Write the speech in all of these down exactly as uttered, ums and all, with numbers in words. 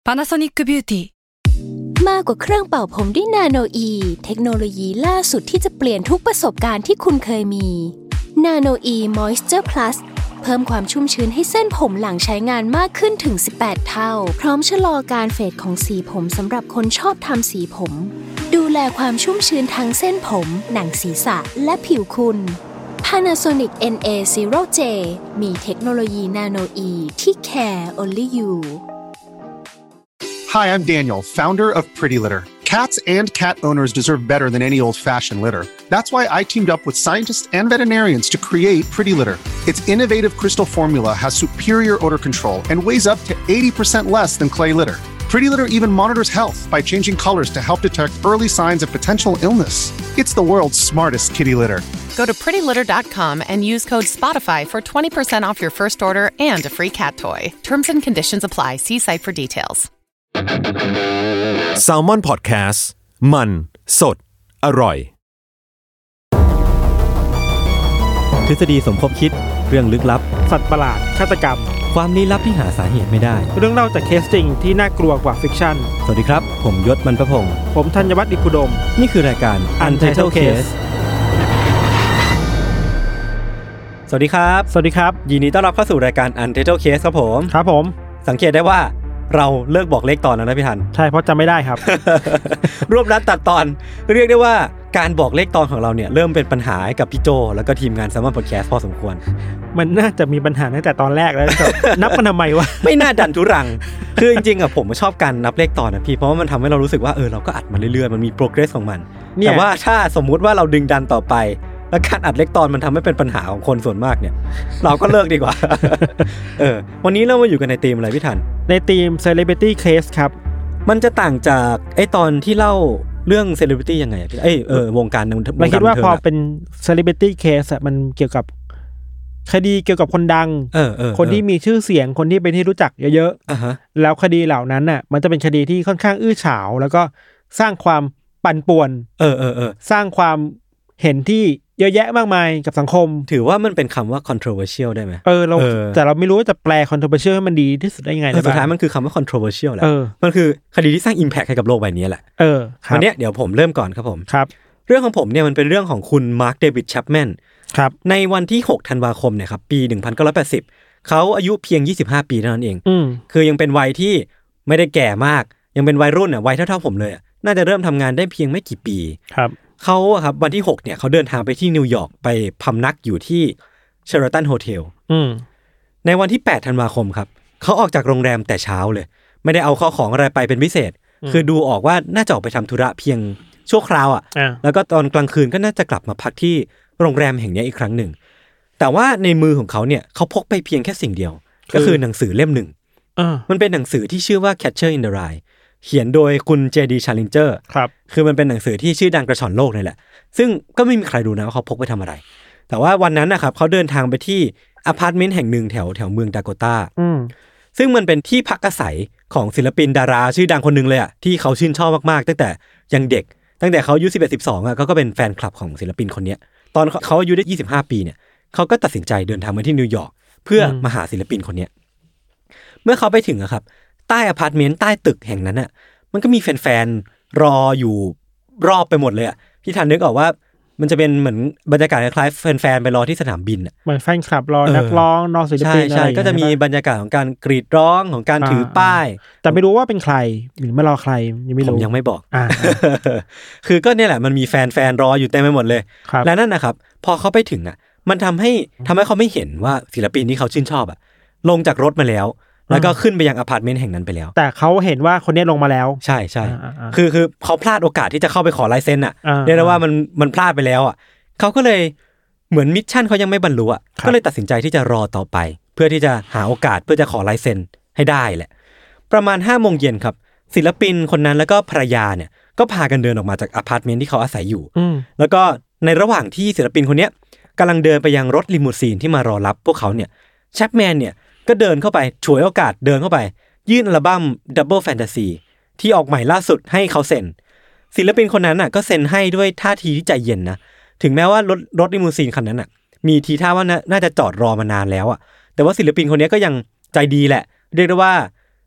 Panasonic Beauty มากกว่าเครื่องเป่าผมด้วยนาโนอีเทคโนโลยีล่าสุดที่จะเปลี่ยนทุกประสบการณ์ที่คุณเคยมีนาโนอีมอยส์เจอร์พลัสเพิ่มความชุ่มชื้นให้เส้นผมหลังใช้งานมากขึ้นถึงสิบแปดเท่าพร้อมชะลอการเฟดของสีผมสำหรับคนชอบทำสีผมดูแลความชุ่มชื้นทั้งเส้นผมหนังศีรษะและผิวคุณ Panasonic เอ็น เอ ศูนย์ เจ มีเทคโนโลยีนาโนอีที่ care only you Hi, I'm Daniel, founder of Pretty Litter. Cats and cat owners deserve better than any old-fashioned litter. That's why I teamed up with scientists and veterinarians to create Pretty Litter. Its innovative crystal formula has superior odor control and weighs up to eighty percent less than clay litter. Pretty Litter even monitors health by changing colors to help detect early signs of potential illness. It's the world's smartest kitty litter. Go to pretty litter dot com and use code Spotify for twenty percent off your first order and a free cat toy. Terms and conditions apply. See site for details. Salmon Podcast มันสดอร่อยทฤษฎีสมคบคิดเรื่องลึกลับสัตว์ประหลาดฆาตกรรมความลี้ลับที่หาสาเหตุไม่ได้เรื่องเล่าจากเคสจริงที่น่ากลัวกว่าฟิกชั่นสวัสดีครับผมยศมันประพงษ์ผมธัญวัฒน์อิพุดมนี่คือรายการ Untitled Case สวัสดีครับสวัสดีครับยินดีต้อนรับเข้าสู่รายการ Untitled Case ครับผมครับผมสังเกตได้ว่าเราเลิกบอกเลขตอนแล้วนะพี่ทันใช่เพราะจำไม่ได้ครับรวบรัดตัดตอนเรียกได้ว่าการบอกเลขตอนของเราเนี่ยเริ่มเป็นปัญหาให้กับพี่โจแล้วก็ทีมงาน Salmon Podcast พอสมควรมันน่าจะมีปัญหาตั้งแต่ตอนแรกแล้ว นับมันทำไมวะไม่น่าดันทุรังคือจริงๆอ่ะผมชอบการนับเลขตอนนะพี่เพราะว่ามันทำให้เรารู้สึกว่าเออเราก็อัดมาเรื่อยๆมันมี progress ของมันแต่ว่าถ้าสมมุติว่าเราดึงดันต่อไปแล้วการอัดเลขตอนมันทำให้เป็นปัญหาของคนส่วนมากเนี่ยเราก็เลิกดีกว่า เออวันนี้เรามาอยู่กันในธีมอะไรพี่ทันในธีม Celebrity Case ครับมันจะต่างจากไอ้ตอนที่เล่าเรื่อง Celebrity ยังไงพี่เอ้ยเออวงการเราคิดว่าพอเป็น Celebrity Case อ่ะมันเกี่ยวกับคดีเกี่ยวกับคนดังเออๆคนที่มีชื่อเสียงคนที่เป็นที่รู้จักเยอะๆ uh-huh. แล้วคดีเหล่านั้นน่ะมันจะเป็นคดีที่ค่อนข้างอื้อฉาวแล้วก็สร้างความปั่นป่วนเออๆๆสร้างความเห็นที่เยอะแยะมากมายกับสังคมถือว่ามันเป็นคำว่า controversial ได้ไหมเออเราแต่เราไม่รู้ว่าจะแปล controversial ให้มันดีที่สุดได้ยังไงสุดท้ายมันคือคำว่า controversial แหละมันคือคดีที่สร้าง impact ให้กับโลกใบนี้แหละเออวันนี้เดี๋ยวผมเริ่มก่อนครับผมครับเรื่องของผมเนี่ยมันเป็นเรื่องของคุณมาร์คเดวิดแชปแมนครับในวันที่หกธันวาคมเนี่ยครับปีหนึ่งพันเก้าร้อยแปดสิบเขาอายุเพียงยี่สิบห้าปีเท่านั้นเองคือยังเป็นวัยที่ไม่ได้แก่มากยังเป็นวัยรุ่นอ่ะวัยเท่าๆผมเลยน่าจะเริ่มทำงานได้เพียงไม่กี่ปีครับเขาอะครับวันที่หกเนี่ยเขาเดินทางไปที่นิวยอร์กไปพำนักอยู่ที่ Sheraton Hotel อืมในวันที่แปดธันวาคมครับเขาออกจากโรงแรมแต่เช้าเลยไม่ได้เอาข้าวของอะไรไปเป็นพิเศษคือดูออกว่าน่าจะออกไปทำธุระเพียงชั่วคราวอ่ะแล้วก็ตอนกลางคืนก็น่าจะกลับมาพักที่โรงแรมแห่งนี้อีกครั้งหนึ่งแต่ว่าในมือของเขาเนี่ยเขาพกไปเพียงแค่สิ่งเดียวก็คือหนังสือเล่มหนึ่งมันเป็นหนังสือที่ชื่อว่า Catcher in the Ryeเขียนโดยคุณเจดีชาลินเจอร์ครับคือมันเป็นหนังสือที่ชื่อดังกระฉ่อนโลกนี่แหละซึ่งก็ไม่มีใครรู้นะว่าเขาพกไปทำอะไรแต่ว่าวันนั้นนะครับเขาเดินทางไปที่อพาร์ตเมนต์แห่งหนึ่งแถวแถวเมืองดาโกตาซึ่งมันเป็นที่พักอาศัยของศิลปินดาราชื่อดังคนนึงเลยอ่ะที่เขาชื่นชอบมากๆตั้งแต่ยังเด็กตั้งแต่เขาอายุสิบเอ็ด สิบสองอ่ะก็เป็นแฟนคลับของศิลปินคนนี้ตอนเขาอายุได้ยี่สิบห้าปีเนี่ยเขาก็ตัดสินใจเดินทางมาที่นิวยอร์กเพื่อมาหาศิลปินคนนี้เมื่อเขาไปถึงอะครับใต้อพาร์ตเมนต์ใต้ตึกแห่งนั้นอ่ะมันก็มีแฟนๆรออยู่รอบไปหมดเลยอ่ะพี่ทันนึกออกว่ามันจะเป็นเหมือนบรรยากาศคล้ายๆแฟนๆไปรอที่สนามบินอ่ะเหมือนแฟนคลับรอนักร้องรอศิลปินอะไรใช่ๆก็จะมีบรรยากาศของการกรีดร้องของการถือป้ายแต่ไม่รู้ว่าเป็นใครหรือไม่รอใครยังไม่รู้ผมยังไม่บอกอ่าคือก็เนี่ยแหละมันมีแฟนๆรออยู่เต็มไปหมดเลยและนั่นนะครับพอเขาไปถึงอ่ะมันทำให้ทำให้เขาไม่เห็นว่าศิลปินที่เขาชื่นชอบอ่ะลงจากรถมาแล้วแล้วก็ขึ้นไปยังอพาร์ตเมนต์แห่งนั้นไปแล้วแต่เขาเห็นว่าคนนี้ลงมาแล้วใช่ใช่คือคือเขาพลาดโอกาสที่จะเข้าไปขอลายเซ็นอ่ะเรียกได้ว่ามันมันพลาดไปแล้วอ่ะเขาก็เลยเหมือนมิชชั่นเขายังไม่บรรลุอ่ะก็เลยตัดสินใจที่จะรอต่อไปเพื่อที่จะหาโอกาสเพื่อจะขอลายเซ็นให้ได้แหละประมาณห้าโมงเย็นครับศิลปินคนนั้นแล้วก็ภรรยาเนี่ยก็พากันเดินออกมาจากอพาร์ตเมนต์ที่เขาอาศัยอยู่แล้วก็ในระหว่างที่ศิลปินคนนี้กำลังเดินไปยังรถลิมูซีนที่มารอรับพวกเขาเนี่ยแชปแมนเนี่ยก็เดินเข้าไปฉวยโอกาสเดินเข้าไปยื่นอัลบั้ม Double Fantasy ที่ออกใหม่ล่าสุดให้เขาเซ็นศิลปินคนนั้นน่ะก็เซ็นให้ด้วยท่าทีที่ใจเย็นนะถึงแม้ว่ารถรถลิมูซีนคันนั้นน่ะมีทีท่าว่าน่าจะจอดรอมานานแล้วอ่ะแต่ว่าศิลปินคนนี้ก็ยังใจดีแหละเรียกได้ว่า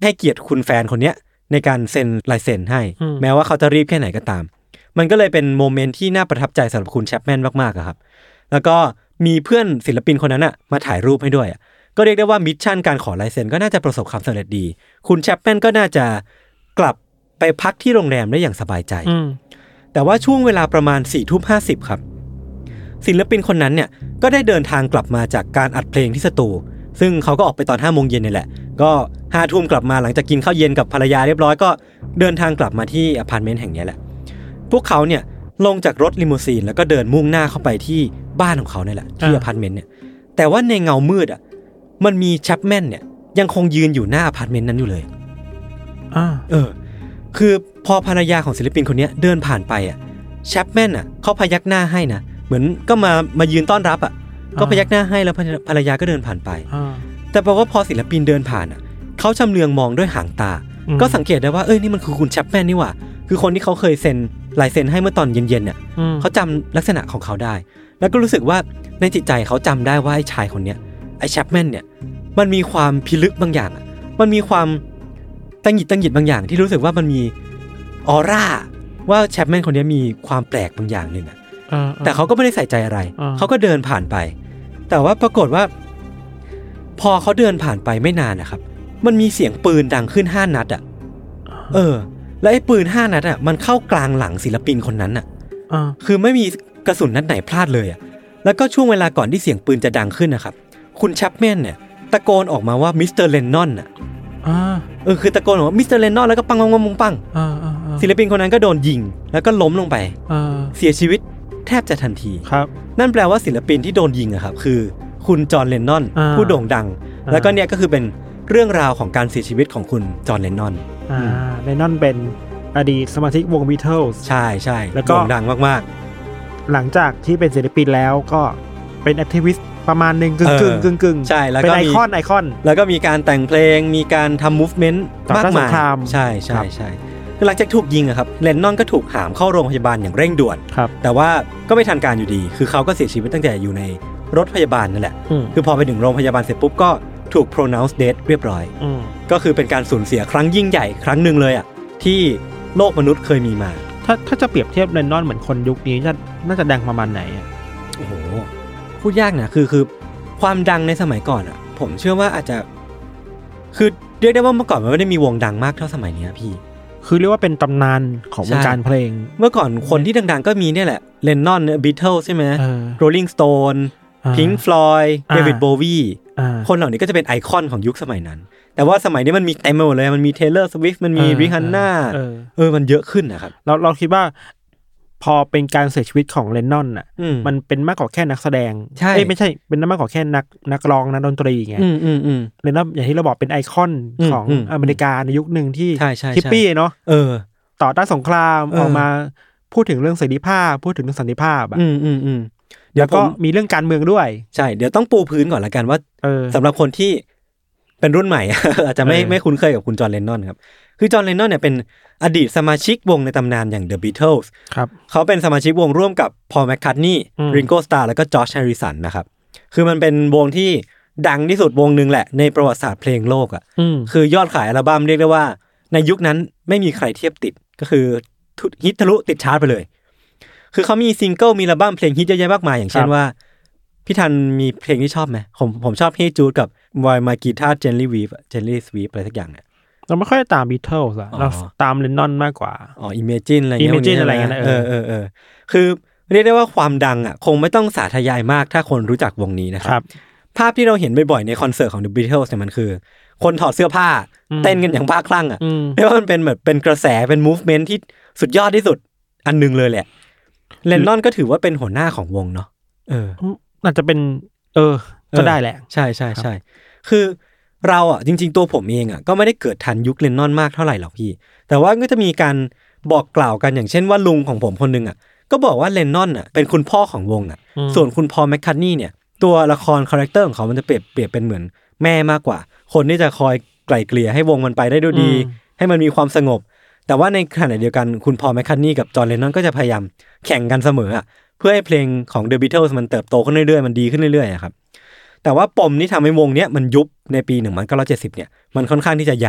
ให้เกียรติคุณแฟนคนเนี้ยในการเซ็นลายเซ็นให้แม้ว่าเขาจะรีบแค่ไหนก็ตามมันก็เลยเป็นโมเมนต์ที่น่าประทับใจสำหรับคุณแชปแมนมากๆครับแล้วก็มีเพื่อนศิลปินคนนั้นอ่ะมาถ่ายรูปให้ด้วยก็เรียกได้ว่ามิชชั่นการขอลายเซ็นก็น่าจะประสบความสำเร็จดีคุณแชปแมนก็น่าจะกลับไปพักที่โรงแรมได้อย่างสบายใจแต่ว่าช่วงเวลาประมาณสี่ทุ่มห้าสิบครับศิลปินคนนั้นเนี่ยก็ได้เดินทางกลับมาจากการอัดเพลงที่สตูซึ่งเขาก็ออกไปตอนห้าโมงเย็นนี่แหละก็ห้าทุ่มกลับมาหลังจากกินข้าวเย็นกับภรรยาเรียบร้อยก็เดินทางกลับมาที่อพาร์ตเมนต์แห่งนี้แหละพวกเขาเนี่ยลงจากรถลิมูซีนแล้วก็เดินมุ่งหน้าเข้าไปที่บ้านของเขาเนี่ยแหละที่อพาร์ตเมนต์เนี่ยแต่ว่าในเงามืดอ่ะมันมีแชปแมนเนี่ยยังคงยืนอยู่หน้าอพาร์ตเมนต์นั้นอยู่เลยอ่าเออคือพอภรรยาของศิลปินคนนี้เดินผ่านไปอ่ะแชปแมนอ่ะเขาพยักหน้าให้นะเหมือนก็มามายืนต้อนรับอ่ะก็พยักหน้าให้แล้วภรรยาก็เดินผ่านไปแต่พอว่าพอศิลปินเดินผ่านอ่ะเขาชำเลืองมองด้วยหางตาก็สังเกตได้ว่าเอ้ยนี่มันคือคุณแชปแมนนี่หว่าคือคนที่เขาเคยเซ็นลายเซ็นให้เมื่อตอนเย็นๆเนี่ยเขาจำลักษณะของเขาได้แล้วก็รู้สึกว่าในจิตใจเขาจำได้ว่าไอ้ชายคนเนี้ยไอ้แชปแมนเนี่ยมันมีความพิลึกบางอย่างมันมีความตังหงิดตังหงิดบางอย่างที่รู้สึกว่ามันมีออร่าว่าแชปแมนคนนี้มีความแปลกบางอย่างนึงอ่ะแต่เขาก็ไม่ได้ใส่ใจอะไรเขาก็เดินผ่านไปแต่ว่าปรากฏว่าพอเขาเดินผ่านไปไม่นานนะครับมันมีเสียงปืนดังขึ้นห้านัดอ่ะเออแล้วไอ้ปืนห้านัดอ่ะมันเข้ากลางหลังศิลปินคนนั้นอ่ะคือไม่มีกระสุนนัดไหนพลาดเลยอ่ะแล้วก็ช่วงเวลาก่อนที่เสียงปืนจะดังขึ้นนะครับคุณแชปแมนเนี่ยตะโกนออกมาว่ามิสเตอร์เลนนอนอ่ะเออคือตะโกนออกว่ามิสเตอร์เลนนอนแล้วก็ปังปังปังปังศิลปินคนนั้นก็โดนยิงแล้วก็ล้มลงไปเสียชีวิตแทบจะทันทีครับนั่นแปลว่าศิลปินที่โดนยิงอะครับคือคุณจอห์นเลนนอนผู้โด่งดังแล้วก็เนี่ยก็คือเป็นเรื่องราวของการเสียชีวิตของคุณจอห์นเลนนอนอ่าเลนนอนเป็นอดีตสมาชิกวง Beatles ใช่ใช่แล้วก็โด่งดังมากๆหลังจากที่เป็นศิลปินแล้วก็เป็นแอคทิวิสต์ประมาณนึงกึ่งๆกึ่งๆใช่แล้วก็เป็นไอคอนไอคอนแล้วก็มีการแต่งเพลงมีการทำมูฟเมนต์มากมายใช่ใช่ใช่หลังจากถูกยิงอะครับเลนนอนก็ถูกหามเข้าโรงพยาบาลอย่างเร่งด่วนแต่ว่าก็ไม่ทันการอยู่ดีคือเขาก็เสียชีวิตตั้งแต่อยู่ในรถพยาบาลนั่นแหละคือพอไปถึงโรงพยาบาลเสร็จปุ๊บก็ถูก pronounce dead เรียบร้อยก็คือเป็นการสูญเสียครั้งยิ่งใหญ่ครั้งหนึ่งเลยอะที่โลกมนุษย์เคยมีมาถ้าถ้าจะเปรียบเทียบเลนนอนเหมือนคนยุคนี้จะน่าจะดังประมาณไหนอะโอ้โหพูดยากนะคือคือความดังในสมัยก่อนอะผมเชื่อว่าอาจจะคือเรียกได้ว่าเมื่อก่อนมันไม่ได้มีวงดังมากเท่าสมัยนี้พี่คือเรียกว่าเป็นตำนานของวงการเพลงเมื่อก่อนคนที่ดังๆก็มีเนี่ยแหละเลนนอนเนี่ย Beatles ใช่ไหม Rolling Stone Pink Floyd David Bowie คนเหล่านี้ก็จะเป็นไอคอนของยุคสมัยนั้นแต่ว่าสมัยนี้มันมีเต็มไปหมดเลยมันมี Taylor Swift มันมี Rihanna เออมันเยอะขึ้นนะครับเราเราคิดว่าพอเป็นการเสียชีวิตของเลนนอนน่ะมันเป็นมากกว่าแค่นักแสดงเอ้ยไม่ใช่เป็นมากกว่าแค่นักนักร้องนักดนตรีไงเลนนอนอย่างที่เราบอกเป็นไอคอนของอเมริกาในยุคนึงที่ฮิปปี้เนาะเออต่อต้านสงครามออกมาพูดถึงเรื่องเสรีภาพพูดถึงเรื่องสันติภาพอ่ะเดี๋ยวก็มีเรื่องการเมืองด้วยใช่เดี๋ยวต้องปูพื้นก่อนละกันว่าสำหรับคนที่เป็นรุ่นใหม่ อาจจะไม่ไม่คุ้นเคยกับคุณจอห์นเลนนอนครับคือจอห์นเลนนอนเนี่ยเป็นอดีตสมาชิกวงในตำนานอย่าง The Beatles ครับเขาเป็นสมาชิกวงร่วมกับพอลแมคคาร์ทนีย์ Ringo Starr แล้วก็จอร์จแฮร์ริสันนะครับคือมันเป็นวงที่ดังที่สุดวงนึงแหละในประวัติศาสตร์เพลงโลกอ่ะคือยอดขายอัลบั้มเรียกได้ว่าในยุคนั้นไม่มีใครเทียบติดก็คือฮิตทะลุติดชาร์ตไปเลยคือเขามีซิงเกิลมีอัลบั้มเพลงฮิตเยอะแยะมากมายอย่างเช่นว่าพี่ทันมีเพลงที่ชอบไหมผมผมชอบ Hey Jude กับ Why My Guitar Gently Weep Gently Sweep อะไรสักอย่างเนี่ยเราไม่ค่อยตาม Beatles อ่ะเราตามเลนนอนมากกว่าอ๋อ Imagine อะไรเงี้ย Imagine อะไรเงี้ยเออเออเออคือเรียกได้ว่าความดังอ่ะคงไม่ต้องสาธยายมากถ้าคนรู้จักวงนี้นะครับภาพที่เราเห็นบ่อยๆในคอนเสิร์ตของ The Beatles เนี่ยมันคือคนถอดเสื้อผ้าเต้นกันอย่างบ้าคลั่งอ่ะเรียกว่ามันเป็นแบบเป็นกระแสเป็น movement ที่สุดยอดที่สุดอันนึงเลยแหละเลนนอนก็ถือว่าเป็นหัวหน้าของวงเนาะเออน่าจะเป็นเออก็ได้แหละใช่ใช่ใช่คือเราอ่ะจริงๆตัวผมเองอ่ะก็ไม่ได้เกิดทันยุคเลนนอนมากเท่าไหร่หรอกพี่แต่ว่าก็จะมีการบอกกล่าวกันอย่างเช่นว่าลุงของผมคนนึงอ่ะก็บอกว่าเลนนอนอ่ะเป็นคุณพ่อของวงอ่ะส่วนคุณพอลแมคคาร์ทนีย์เนี่ยตัวละครคาแรคเตอร์ของเขามันจะเปรียบเปรียบเป็นเหมือนแม่มากกว่าคนที่จะคอยไกล่เกลี่ยให้วงมันไปได้ด้วยดีให้มันมีความสงบแต่ว่าในขณะเดียวกันคุณพอลแมคคาร์ทนีย์กับจอห์นเลนนอนก็จะพยายามแข่งกันเสมออ่ะเพื่อให้เพลงของ The Beatles มันเติบโตขึ้นเรื่อยๆมันดีขึ้นเรื่อยๆครับแต่ว่าปมที่ทำให้วงเนี้ยมันยุบในปีหนึ่งพันเก้าร้อยเจ็ดสิบเนี่ยมันค่อนข้างที่จะยาว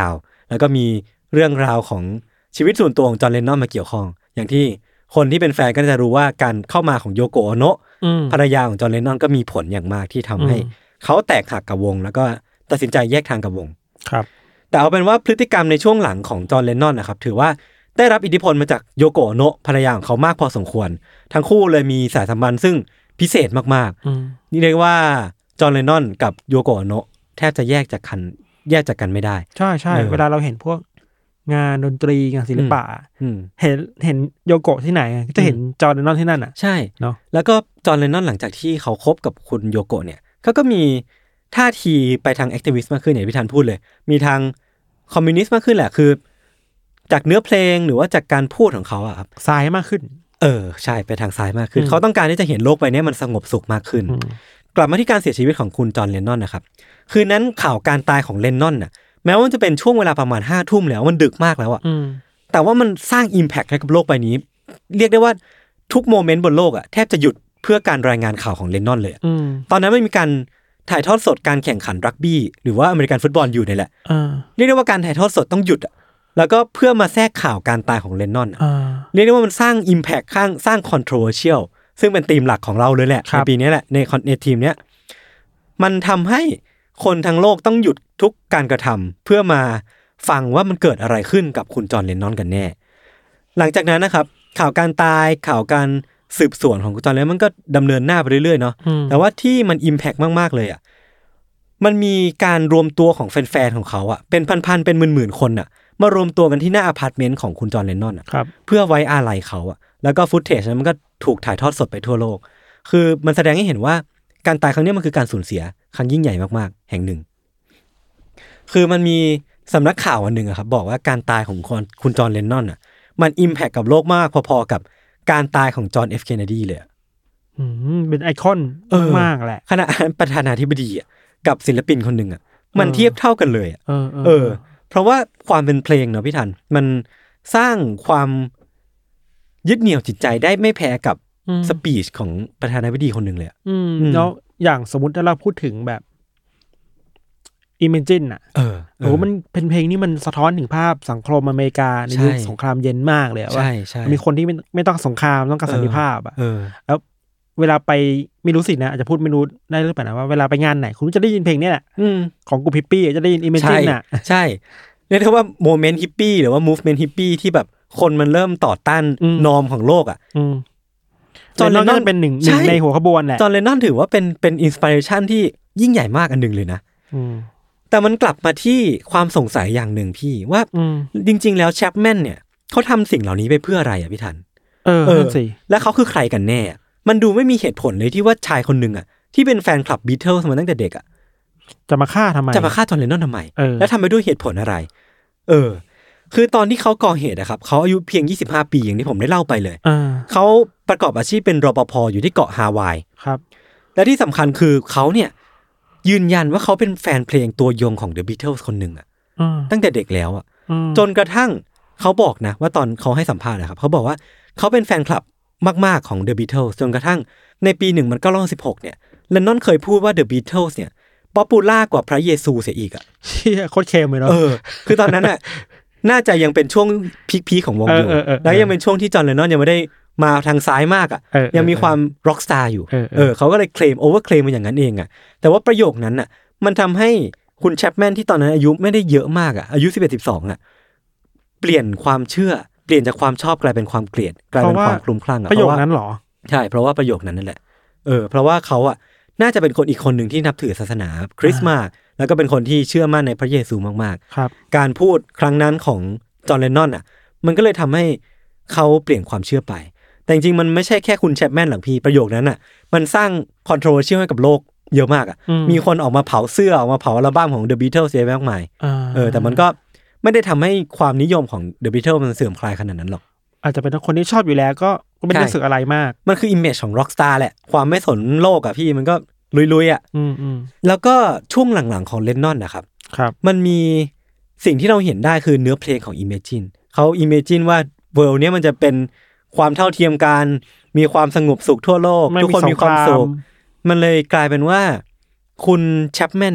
แล้วก็มีเรื่องราวของชีวิตส่วนตัวของจอห์นเลนนอนมาเกี่ยวข้องอย่างที่คนที่เป็นแฟนก็จะรู้ว่าการเข้ามาของโยโกโอโนะภรรยาของจอห์นเลนนอนก็มีผลอย่างมากที่ทำให้เขาแตกหักกับวงแล้วก็ตัดสินใจแยกทางกับวงครับแต่เอาเป็นว่าพฤติกรรมในช่วงหลังของจอห์นเลนนอนนะครับถือว่าได้รับอิทธิพลมาจากโยโกโอโนะภรรยาของเขามากพอสมควรทั้งคู่เลยมีสายสัมพันธ์ซึ่งพิเศษมากๆนี่เรียกว่าจอห์นเลนนอนกับโยโกโอโนะแทบจะแยกจากกันแยกจากกันไม่ได้ใช่ใช่เวลาเราเห็นพวกงานดนตรีงานศิลปะเห็นเห็นโยโกะที่ไหนก็จะเห็นจอห์นเลนนอนที่นั่นอ่ะใช่เนาะแล้วก็จอห์นเลนนอนหลังจากที่เขาคบกับคุณโยโกะเนี่ยเขาก็มีท่าทีไปทางแอคทิวิสต์มากขึ้นอย่างพี่ธันพูดเลยมีทางคอมมิวนิสต์มากขึ้นแหละคือจากเนื้อเพลงหรือว่าจากการพูดของเขาอะครับซ้ายมากขึ้นเออใช่ไปทางซ้ายมากขึ้นเขาต้องการที่จะเห็นโลกใบนี้มันสงบสุขมากขึ้นกลับมาที่การเสียชีวิตของคุณจอห์นเลนนอนนะครับคืนนั้นข่าวการตายของเลนนอนน่ะแม้ว่าจะเป็นช่วงเวลาประมาณห้าทุ่มแล้วมันดึกมากแล้วอะแต่ว่ามันสร้าง impact ให้กับโลกใบนี้เรียกได้ว่าทุกโมเมนต์บนโลกอะแทบจะหยุดเพื่อการรายงานข่าวของเลนนอนเลยตอนนั้นไม่มีการถ่ายทอดสดการแข่งขันรักบี้หรือว่าอเมริกันฟุตบอลอยู่นี่แหละเรียกได้ว่าการถ่ายทอดสดต้องหยุดอะแล้วก็เพื่อมาแทรกข่าวการตายของเลนนอนเรียกได้ว่ามันสร้าง impact ข้างสร้าง controversial ซึ่งเป็นธีมหลักของเราเลยแหละในปีนี้แหละในในทีมเนี้ยมันทำให้คนทั้งโลกต้องหยุดทุกการกระทำเพื่อมาฟังว่ามันเกิดอะไรขึ้นกับคุณจอห์นเลนนอนกันแน่หลังจากนั้นนะครับข่าวการตายข่าวการสืบสวนของคุณจอห์นเลนนอนมันก็ดำเนินหน้าไปเรื่อยๆเนาะแต่ว่าที่มัน impact มากๆเลยอ่ะมันมีการรวมตัวของแฟนๆของเขาอ่ะเป็นพันๆเป็นหมื่นๆคนอ่ะมารวมตัวกันที่หน้าอพาร์ตเมนต์ของคุณจอห์นเลนนอนอ่ะเพื่อไว้อาลัยเขาอ่ะแล้วก็ฟุตเทจนั้นมันก็ถูกถ่ายทอดสดไปทั่วโลกคือมันแสดงให้เห็นว่าการตายครั้งนี้มันคือการสูญเสียครั้งยิ่งใหญ่มากๆแห่งหนึ่งคือมันมีสำนักข่าวอันหนึ่งอะครับบอกว่าการตายของคุณจอห์นเลนนอนอ่ะมันอิมแพคกับโลกมากพอๆกับการตายของจอห์นเอฟเคนเนดีเลยอืมเป็นไอคอนมากแหละขณะประธานาธิบดีอ่ะกับศิลปินคนหนึ่งอ่ะมันเทียบเท่ากันเลยอ่ะเออเพราะว่าความเป็นเพลงเนาะพี่ทันมันสร้างความยึดเหนี่ยวจิตใจได้ไม่แพ้กับสปีชของประธานาธิบดีคนหนึ่งเลยอ่ะแล้วอย่างสมมุติถ้าเราพูดถึงแบบ Imagine อ่ะเออโอ้มันเป็นเพลงนี่มันสะท้อนถึงภาพสังคมอเมริกาในยุคสงครามเย็นมากเลยว่ามีคนที่ไม่ไม่ต้องสงครามต้องการสันติภาพอ่ะแล้วเวลาไปไม่รู้สินะอาจจะพูดไม่รู้ได้หรือเปล่านะว่าเวลาไปงานไหนคุณจะได้ยินเพลงนี้แหละของกูพิปปี้จะได้ยิน Imagine อ่ะใช่เรียกว่าโมเมนต์ฮิปปี้หรือว่ามูฟเมนต์ฮิปปี้ที่แบบคนมันเริ่มต่อต้านนอร์มของโลกอ่ะจอห์นเลนนอนเป็นหนึ่งในหัวขบวนแหละจอห์นเลนนอนถือว่าเป็นเป็นอินสปิเรชันที่ยิ่งใหญ่มากอันหนึ่งเลยนะแต่มันกลับมาที่ความสงสัยอย่างหนึ่งพี่ว่าจริงๆแล้วแชปแมนเนี่ยเขาทำสิ่งเหล่านี้ไปเพื่ออะไรอ่ะพี่ทันเออเออสิแล้วเขาคือใครกันแน่มันดูไม่มีเหตุผลเลยที่ว่าชายคนหนึ่งอ่ะที่เป็นแฟนคลับบีเทิลส์มาตั้งแต่เด็กอ่ะจะมาฆ่าทำไมจะมาฆ่าจอห์นเลนนอนทำไมแล้วทำไปด้วยเหตุผลอะไรเออคือตอนที่เขาก่อเหตุนะครับเขาอายุเพียงยี่สิบห้าปีอย่างที่ผมได้เล่าไปเลยเขาประกอบอาชีพเป็นรปภ.อยู่ที่เกาะฮาวายครับและที่สำคัญคือเขาเนี่ยยืนยันว่าเขาเป็นแฟนเพลงตัวยงของ The Beatles คนหนึ่งอ่ะตั้งแต่เด็กแล้วอ่ะจนกระทั่งเขาบอกนะว่าตอนเขาให้สัมภาษณ์นะครับเขาบอกว่าเขาเป็นแฟนคลับมากๆของ The Beatles จนกระทั่งในปีหนึ่งมันก็ร้อยสิบหกเนี่ยเลนนอนเคยพูดว่า The Beatles เนี่ยป๊อปปูล่ากว่าพระเยซูเสียอีกอ่ะเชี่ยโคตรเคมเลยเนาะเออคือตอนนั้นอ่ะน่าจะยังเป็นช่วงพีคๆของวงอยู่แล้วยังเป็นช่วงที่จอห์นเลนนอนยังไม่ได้มาทางซ้ายมากอ่ะยังมีความร็อกสตาร์อยู่เออเขาก็เลยเคลมโอเวอร์เคลมมาอย่างนั้นเองอ่ะแต่ว่าประโยคนั้นอ่ะมันทำให้คุณแชปแมนที่ตอนนั้นอายุไม่ได้เยอะมากอ่ะอายุสิบเอ็ด สิบสองอ่ะเปลี่ยนความเชื่อเปลี่ยนจากความชอบกลายเป็นความเกลียดกลายเป็นความคลุ้มคลั่งอ่ะประโยคนั้นหรอใช่เพราะว่าประโยคนั้นนั่นแหละเออเพราะว่าเขาอ่ะน่าจะเป็นคนอีกคนหนึ่งที่นับถือศาสนาคริสต์มาสแล้วก็เป็นคนที่เชื่อมั่นในพระเยซูมากๆการพูดครั้งนั้นของจอห์นเลนนอนอ่ะมันก็เลยทำให้เขาเปลี่ยนความเชื่อไปแต่จริงๆมันไม่ใช่แค่คุณแชปแมนหรอกพี่ประโยคนั้นอ่ะมันสร้าง controversial ให้กับโลกเยอะมากอ่ะมีคนออกมาเผาเสื้อออกมาเผาอัลบั้มของ The Beatles เยอะมากมายเออแต่มันก็ไม่ได้ทำให้ความนิยมของ The Beatles มันเสื่อมคลายขนาดนั้นหรอกอาจจะเป็นคนที่ชอบอยู่แล้วก็ไม่ได้รู้สึกอะไรมากมันคือ image ของ rockstar แหละความไม่สนโลกอ่ะพี่มันก็ลุยๆอ่ะแล้วก็ช่วงหลังๆของเลนนอนนะครับมันมีสิ่งที่เราเห็นได้คือเนื้อเพลงของ Imagine เขา Imagine ว่าเวิลด์เนี้ยมันจะเป็นความเท่าเทียมกันมีความสงบสุขทั่วโลกทุกคนมีความสุขมันเลยกลายเป็นว่าคุณแชปแมนเนี่ย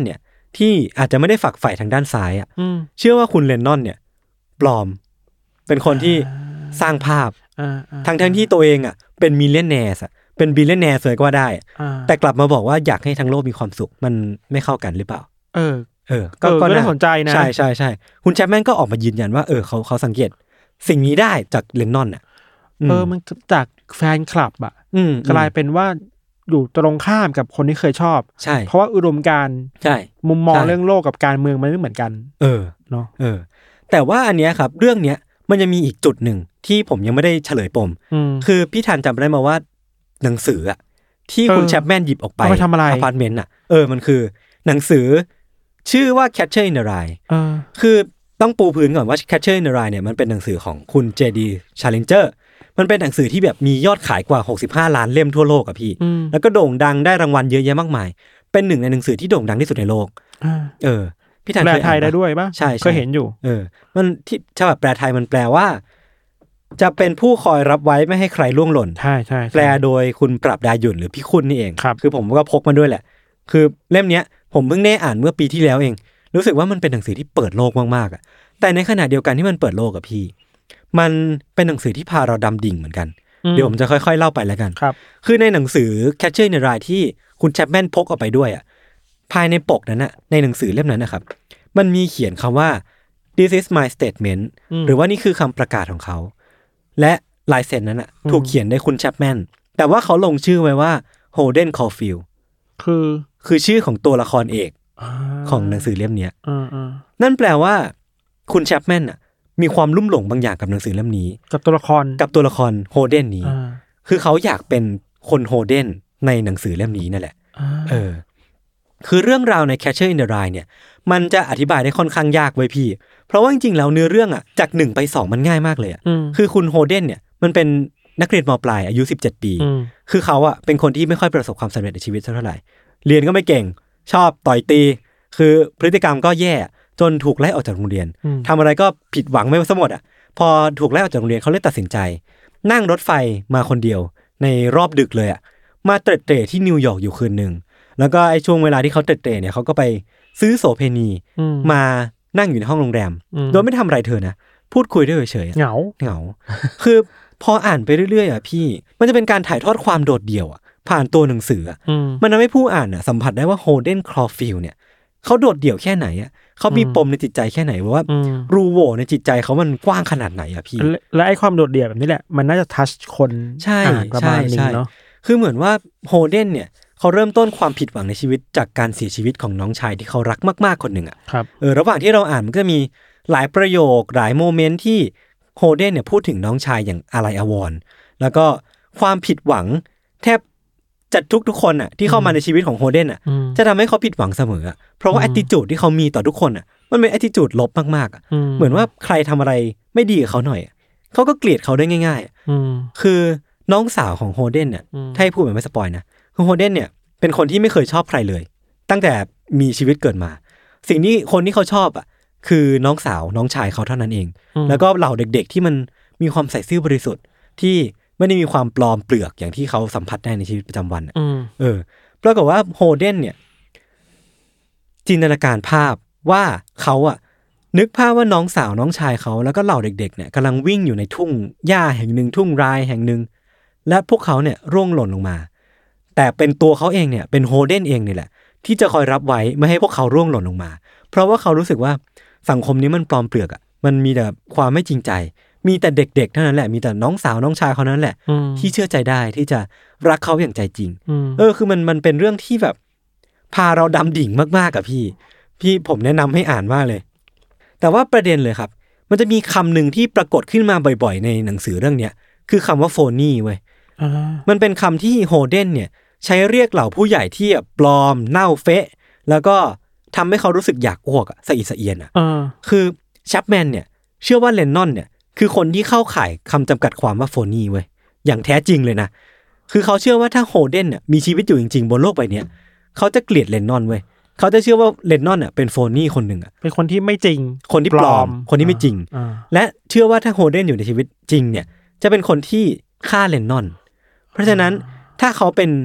ที่อาจจะไม่ได้ฝักใฝ่ทางด้านซ้ายอ่ะเชื่อว่าคุณเลนนอนเนี่ยปลอมเป็นคนที่สร้างภาพทั้งทั้งที่ตัวเองอ่ะเป็นมิลเลนเนียร์เป็นบิลเลนเนียร์เลยก็ว่าได้แต่กลับมาบอกว่าอยากให้ทั้งโลกมีความสุขมันไม่เข้ากันหรือเปล่าเออเออก็ก็น่าสนใจนะใช่ใช่ใช่คุณแชปแมนก็ออกมายืนยันว่าเออเขาเขาสังเกตสิ่งนี้ได้จากเลนนอนอ่ะเออมันจากแฟนคลับอ่ะกลายเป็นว่าอยู่ตรงข้ามกับคนที่เคยชอบใช่เพราะว่าอุดมการณ์ใช่มุมมองเรื่องโลกกับการเมืองมันไม่เหมือนกันเออเนาะเออแต่ว่าอันเนี้ยครับเรื่องเนี้ยมันจะมีอีกจุดหนึ่งที่ผมยังไม่ได้เฉลยปมคือพี่ธันจำได้มาว่าหนังสืออ่ะที่คุณแชปแมนหยิบออกไปไปทำอะไรอพาร์ตเมนต์อ่ะเออมันคือหนังสือชื่อว่า Catcher in the Rye คือต้องปูพื้นก่อนว่า Catcher in the Rye เนี่ยมันเป็นหนังสือของคุณ เจ ดี Salinger มันเป็นหนังสือที่แบบมียอดขายกว่าหกสิบห้าล้านเล่มทั่วโลกอ่ะพี่แล้วก็โด่งดังได้รางวัลเยอะแยะมากมายเป็นหนึ่งในหนังสือที่โด่งดังที่สุดในโลกเออพี่ธันแปลไทยได้ด้วยป่ะใช่ก็เห็นอยู่เออมันที่ฉบับแปลไทยมันแปลว่าจะเป็นผู้คอยรับไว้ไม่ให้ใครล่วงหล่นใช่ใช่แปลโดยคุณปรับดาหยุ่นหรือพี่คุณนี่เองครับคือผมก็พกมาด้วยแหละคือเล่มเนี้ยผมเพิ่งได้อ่านเมื่อปีที่แล้วเองรู้สึกว่ามันเป็นหนังสือที่เปิดโลกมากๆอ่ะแต่ในขณะเดียวกันที่มันเปิดโลกกับพี่มันเป็นหนังสือที่พาเราดำดิ่งเหมือนกันเดี๋ยวผมจะค่อยๆเล่าไปแล้วกันครับคือในหนังสือ Catcher in the Rye ที่คุณแชปแมนพกออกไปด้วยอ่ะภายในปกนั้นน่ะในหนังสือเล่มนั้นนะครับมันมีเขียนคำว่า this is my statement หรือว่านี่คือคำประกาศของเขาและลายเซ็นนั้นน่ะถูกเขียนโดยคุณแชปแมนแต่ว่าเขาลงชื่อไว้ว่า Holden Caulfield คือคือชื่อของตัวละครเอกของหนังสือเล่มนี้นั่นแปลว่าคุณแชปแมนน่ะมีความลุ่มหลงบางอย่างกับหนังสือเล่มนี้กับตัวละครกับตัวละครโฮเดนนี้คือเขาอยากเป็นคนโฮเดนในหนังสือเล่มนี้นั่นแหละเออคือเรื่องราวใน Catcher in the Rye เนี่ยมันจะอธิบายได้ค่อนข้างยากไว้พี่เพราะว่าจริงๆแล้วเนื้อเรื่องอ่ะจากหนึ่งไปสองมันง่ายมากเลยอ่ะคือคุณโฮเดนเนี่ยมันเป็นนักเรียนม.ปลายอายุสิบเจ็ดปีคือเขาอ่ะเป็นคนที่ไม่ค่อยประสบความสำเร็จในชีวิตเท่าไหร่เรียนก็ไม่เก่งชอบต่อยตีคือพฤติกรรมก็แย่จนถูกไล่ออกจากโรงเรียนทำอะไรก็ผิดหวังไม่ซะหมดอ่ะพอถูกไล่ออกจากโรงเรียนเขาเลยตัดสินใจนั่งรถไฟมาคนเดียวในรอบดึกเลยอ่ะมาเตร็ดเตร่ที่นิวยอร์กอยู่คืนนึงแล้วก็ไอ้ช่วงเวลาที่เขาเตร็ดเตร่เนี่ยเขาก็ไปซื้อโสเภณีมานั่งอยู่ในห้องโรงแรมโดยไม่ทำอะไรเธอนะพูดคุยด้วยเฉยๆเหงาเหงาคือพออ่านไปเรื่อยๆอ่ะพี่มันจะเป็นการถ่ายทอดความโดดเดี่ยวอ่ะผ่านตัวหนังสืออ่ะมันทำให้ผู้อ่านอ่ะสัมผัสได้ว่าโฮเดนคลอฟิลด์เนี่ยเขาโดดเดี่ยวแค่ไหนอ่ะเขามีปมในจิตใจแค่ไหนว่ารูโหว่ในจิตใจเขามันกว้างขนาดไหนอ่ะพี่และไอ้ความโดดเดี่ยวแบบนี้แหละมันน่าจะทัชคนอ่านประมาณนึงเนาะคือเหมือนว่าโฮเดนเนี่ยเขาเริ่มต้นความผิดหวังในชีวิตจากการเสียชีวิตของน้องชายที่เขารักมากๆคนหนึ่งอ่ะเออระหว่างที่เราอ่านมันก็มีหลายประโยคหลายโมเมนต์ที่โฮเดนเนี่ยพูดถึงน้องชายอย่างอาลัยอาวรณ์แล้วก็ความผิดหวังแทบจัดทุกทุกคนอ่ะที่เข้ามาในชีวิตของโฮเดนอ่ะจะทำให้เขาผิดหวังเสมออ่ะเพราะว่า attitude ที่เขามีต่อทุกคนอ่ะมันเป็น attitude ลบมากๆอ่ะเหมือนว่าใครทำอะไรไม่ดีกับเขาหน่อยเขาก็เกลียดเขาได้ง่ายๆคือน้องสาวของโฮเดนเนี่ยถ้าให้พูดแบบไม่สปอยนะคือโฮเดนเนี่ยเป็นคนที่ไม่เคยชอบใครเลยตั้งแต่มีชีวิตเกิดมาสิ่งที่คนที่เขาชอบอ่ะคือน้องสาวน้องชายเขาเท่านั้นเองแล้วก็เหล่าเด็กๆที่มันมีความใส่ซื่อบริสุทธิ์ที่ไม่ได้มีความปลอมเปลือกอย่างที่เขาสัมผัสได้ในชีวิตประจำวันเออปรากฏว่าโฮเดนเนี่ยจินตนาการภาพว่าเขาอ่ะนึกภาพว่าน้องสาวน้องชายเขาแล้วก็เหล่าเด็กๆเนี่ยกำลังวิ่งอยู่ในทุ่งหญ้าแห่งหนึ่งทุ่งรายแห่งหนึ่งและพวกเขาเนี่ยร่วงหล่นลงมาแต่เป็นตัวเขาเองเนี่ยเป็นโฮเดนเองนี่แหละที่จะคอยรับไว้ไม่ให้พวกเขาร่วงหล่นลงมาเพราะว่าเขารู้สึกว่าสังคมนี้มันปลอมเปลือกอ่ะมันมีแต่ความไม่จริงใจมีแต่เด็กๆเท่านั้นแหละมีแต่น้องสาวน้องชายเขานั้นแหละที่เชื่อใจได้ที่จะรักเขาอย่างใจจริงเออคือมันมันเป็นเรื่องที่แบบพาเราดำดิ่งมากๆกับพี่พี่ผมแนะนำให้อ่านมากเลยแต่ว่าประเด็นเลยครับมันจะมีคำหนึ่งที่ปรากฏขึ้นมาบ่อยๆในหนังสือเรื่องเนี้ยคือคำว่าโฟนี่เว้ยมันเป็นคำที่โฮเดนเนี่ยใช้เรียกเหล่าผู้ใหญ่ที่ปลอมเน่าเฟะแล้วก็ทำให้เขารู้สึกอยากอ้วกสะอิดสะเอียนอ่ะคือแชปแมนเนี่ยเชื่อว่าเลนนอนเนี่ยคือคนที่เข้าข่ายคำจำกัดความว่าโฟนี่เว้ยอย่างแท้จริงเลยนะคือเขาเชื่อว่าถ้าโฮเดนเนี่ยมีชีวิตอยู่จริงๆบนโลกใบนี้เขาจะเกลียดเลนนอนเว้ยเขาจะเชื่อว่าเลนนอนอ่ะเป็นโฟนี่คนหนึ่งอ่ะเป็นคนที่ไม่จริงคนที่ปลอมคนที่ไม่จริงและเชื่อว่าถ้าโฮเดนอยู่ในชีวิตจริงเนี่ยจะเป็นคนที่ฆ่าเลนนอนเพราะฉะนั้นถ้าเขาเป็น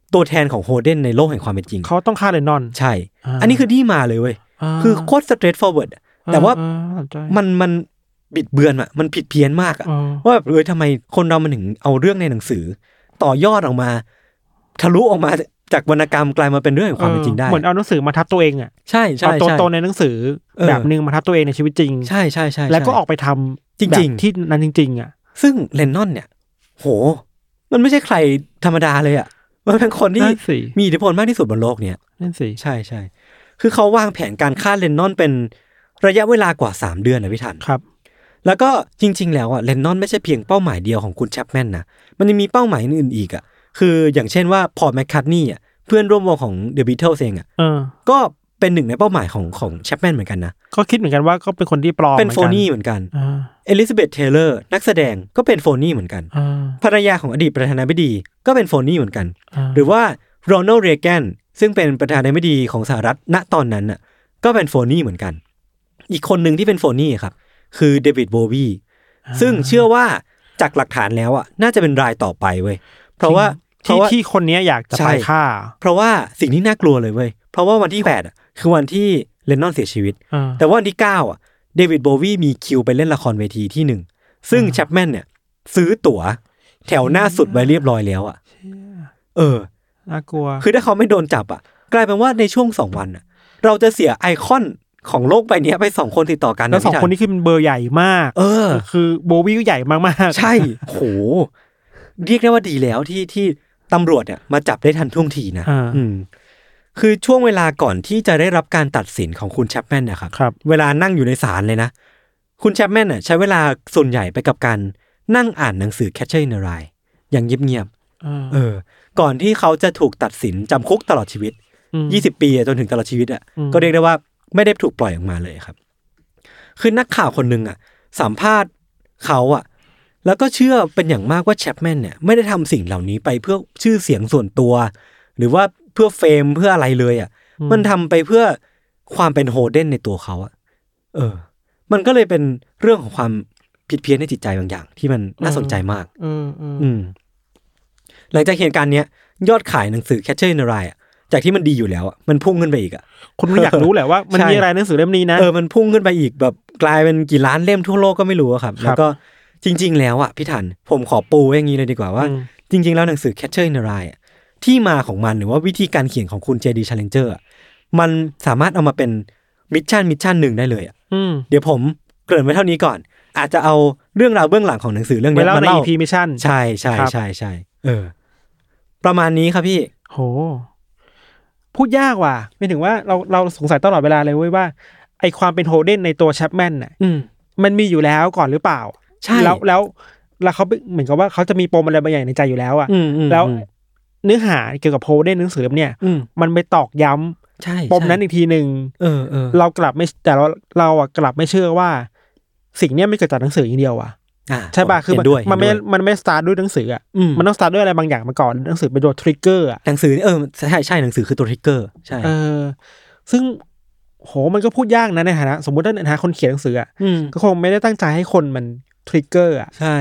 ตัวแทนของโฮเดนในโลกแห่งความเป็นจริงเขาต้องฆ่าเลนนอนใช่อันนี้คือที่มาเลยเว้ยคือโคตร straight forward แต่ว่ามันมันบิดเบือนอ่ะมันผิดเพี้ยนมากอ่ะว่าแบบเออทำไมคนเรามันถึงเอาเรื่องในหนังสือต่อยอดออกมาทะลุออกมาจากวรรณกรรมกลายมาเป็นเรื่องของความเป็นจริงได้เหมือนเอาหนังสือมาทับตัวเองอ่ะใช่ใช่เอาตัวตนในหนังสือแบบนึงมาทับตัวเองในชีวิตจริงใช่ใช่ใช่แล้วก็ออกไปทำจริงๆที่นั้นจริงๆอ่ะซึ่งเลนนอนเนี่ยโหมันไม่ใช่ใครธรรมดาเลยอ่ะมันเป็นคนที่มีอิทธิพลมากที่สุดบนโลกเนี่ยนั่นสิใช่ใช่คือเขาวางแผนการฆ่าเลนนอนเป็นระยะเวลากว่าสามเดือนนะพี่ทันครับแล้วก็จริงๆแล้วอ่ะเลนนอนไม่ใช่เพียงเป้าหมายเดียวของคุณแชปแมนนะมันยังมีเป้าหมายอื่นอีกอ่ะคืออย่างเช่นว่าพอลแมคคาร์ทนีย์อ่ะเพื่อนร่วมวงของ The Beatles เองอ่ะก็เป็นหนึ่งในเป้าหมายของของแชปแมนเหมือนกันนะก็คิดเหมือนกันว่าก็เป็นคนที่ปลอมเป็นโฟนี่เหมือนกันเอลิซาเบธเทเลอร์นักแสดงก็เป็นโฟนี่เหมือนกันภรรยาของอดีตประธานาธิบดีก็เป็นโฟนี่เหมือนกันหรือว่าโรนัลด์ เรแกนซึ่งเป็นประธานาธิบดีของสหรัฐณตอนนั้นน่ะก็เป็นโฟนี่เหมือนกันอีกคนหนึ่งที่เป็นโฟนี่ครับคือเดวิดโบวีซึ่งเชื่อว่าจากหลักฐานแล้วอ่ะน่าจะเป็นรายต่อไปเว้ยเพราะว่าที่ที่คนนี้อยากจะไปฆ่าเพราะว่าสิ่งที่น่ากลัวเลยเว้ยเพราะว่าวันที่แปดอ่ะคือวันที่เลนนอนเสียชีวิตแต่ว่าวันที่เก้าอ่ะเดวิดโบวีมีคิวไปเล่นละครเวทีที่หนึ่งซึ่งแชปแมนเนี่ยซื้อตั๋วแถวหน้าสุดไว้เรียบร้อยแล้วอ่ะเออน่ากลัวคือถ้าเขาไม่โดนจับอ่ะกลายเป็นว่าในช่วงสองวันอ่ะเราจะเสียไอคอนของโลกใบนี้ไปสองคนติดต่อกันแล้วสองคนนี้คือเป็นเบอร์ใหญ่มากเออคือโบวี่ก็ใหญ่มากๆใช่โหเรียกได้ว่าดีแล้วที่ที่ตำรวจเนี่ยมาจับได้ทันท่วงทีนะอืมคือช่วงเวลาก่อนที่จะได้รับการตัดสินของคุณแชปแมนนะครับครับเวลานั่งอยู่ในศาลเลยนะคุณแชปแมนน่ะใช้เวลาส่วนใหญ่ไปกับการนั่งอ่านหนังสือ Catcher in the Rye อย่างเงียบๆเออก่อนที่เขาจะถูกตัดสินจำคุกตลอดชีวิตยี่สิบปีจนถึงตลอดชีวิตอ่ะก็เรียกได้ว่าไม่ได้ถูกปล่อยออกมาเลยครับคือนักข่าวคนนึงอ่ะสัมภาษณ์เขาอ่ะแล้วก็เชื่อเป็นอย่างมากว่าแชปแมนเนี่ยไม่ได้ทำสิ่งเหล่านี้ไปเพื่อชื่อเสียงส่วนตัวหรือว่าเพื่อเฟมเพื่ออะไรเลยอ่ะมันทำไปเพื่อความเป็นโฮเดนในตัวเขาอ่ะเออมันก็เลยเป็นเรื่องของความผิดเพี้ยนในจิตใจบางอย่างที่มันน่าสนใจมากอืมหลังจากเหตุการณ์เนี้ยยอดขายหนังสือ Catcher in the Rye อ่ะจากที่มันดีอยู่แล้วอ่ะมันพุ่งขึ้นไปอีกอ่ะคนมันอยากรู้แหละว่ามันมีอะไรหนังสือเล่มนี้นะเออมันพุ่งขึ้นไปอีกแบบกลายเป็นกี่ล้านเล่มทั่วโลกก็ไม่รู้ครับแล้วก็จริงๆแล้วอ่ะพี่ทันผมขอปูไว้อย่างนี้เลยดีกว่าว่าจริงๆแล้วหนังสือ Catcher in the Rye อ่ะที่มาของมันหรือว่าวิธีการเขียนของคุณ เจ ดี Challenger อ่ะมันสามารถเอามาเป็นมิชชั่นมิชชั่นหนึ่งได้เลยอ่ะเดี๋ยวผมเกริ่นไว้เท่านี้ก่อนอาจจะเอาเรื่องราวเบื้องหลังของหนังสือเรื่องนี้มาเล่าใน อี พี Mission ใช่ใช่ใช่ใช่เออประมาณนี้ครับพี่โหพูดยากว่ะไม่ถึงว่าเราเราสงสัยตลอดเวลาเลยเว้ยว่าไอความเป็นโฮเดนในตัวแชปแมนน่ะมันมีอยู่แล้วก่อนหรือเปล่าใช่แล้วแล้วแล้วเขาเหมือนกับว่าเขาจะมีปมอะไรบางอย่างในใจอยู่แล้วอ่ะแล้วเนื้อหาเกี่ยวกับโฮเดนหนังสือเล่มเนี่ยมันไปตอกย้ำปมนั้นอีกทีนึงเออเออเรากลับไม่แต่เราเราอ่ะกลับไม่เชื่อว่าสิ่งนี้ไม่เกิดจากหนังสืออย่างเดียวอ่ะใช่ป่ะคือมันไม่มันไม่สตาร์ทด้วยหนังสืออ่ะมันต้องสตาร์ทด้วยอะไรบางอย่างมาก่อนหนังสือเป็นตัวทริกเกอร์อ่ะหนังสือเออใช่ใช่หนังสือคือตัวทริกเกอร์ใช่เออซึ่งโหมันก็พูดยากนะในฐานะสมมติว่าในฐานะคนเขียนหนังสืออ่ะก็คงไม่ได้ตั้งใจให้คนมันทริกเกอร์อ่ะใช่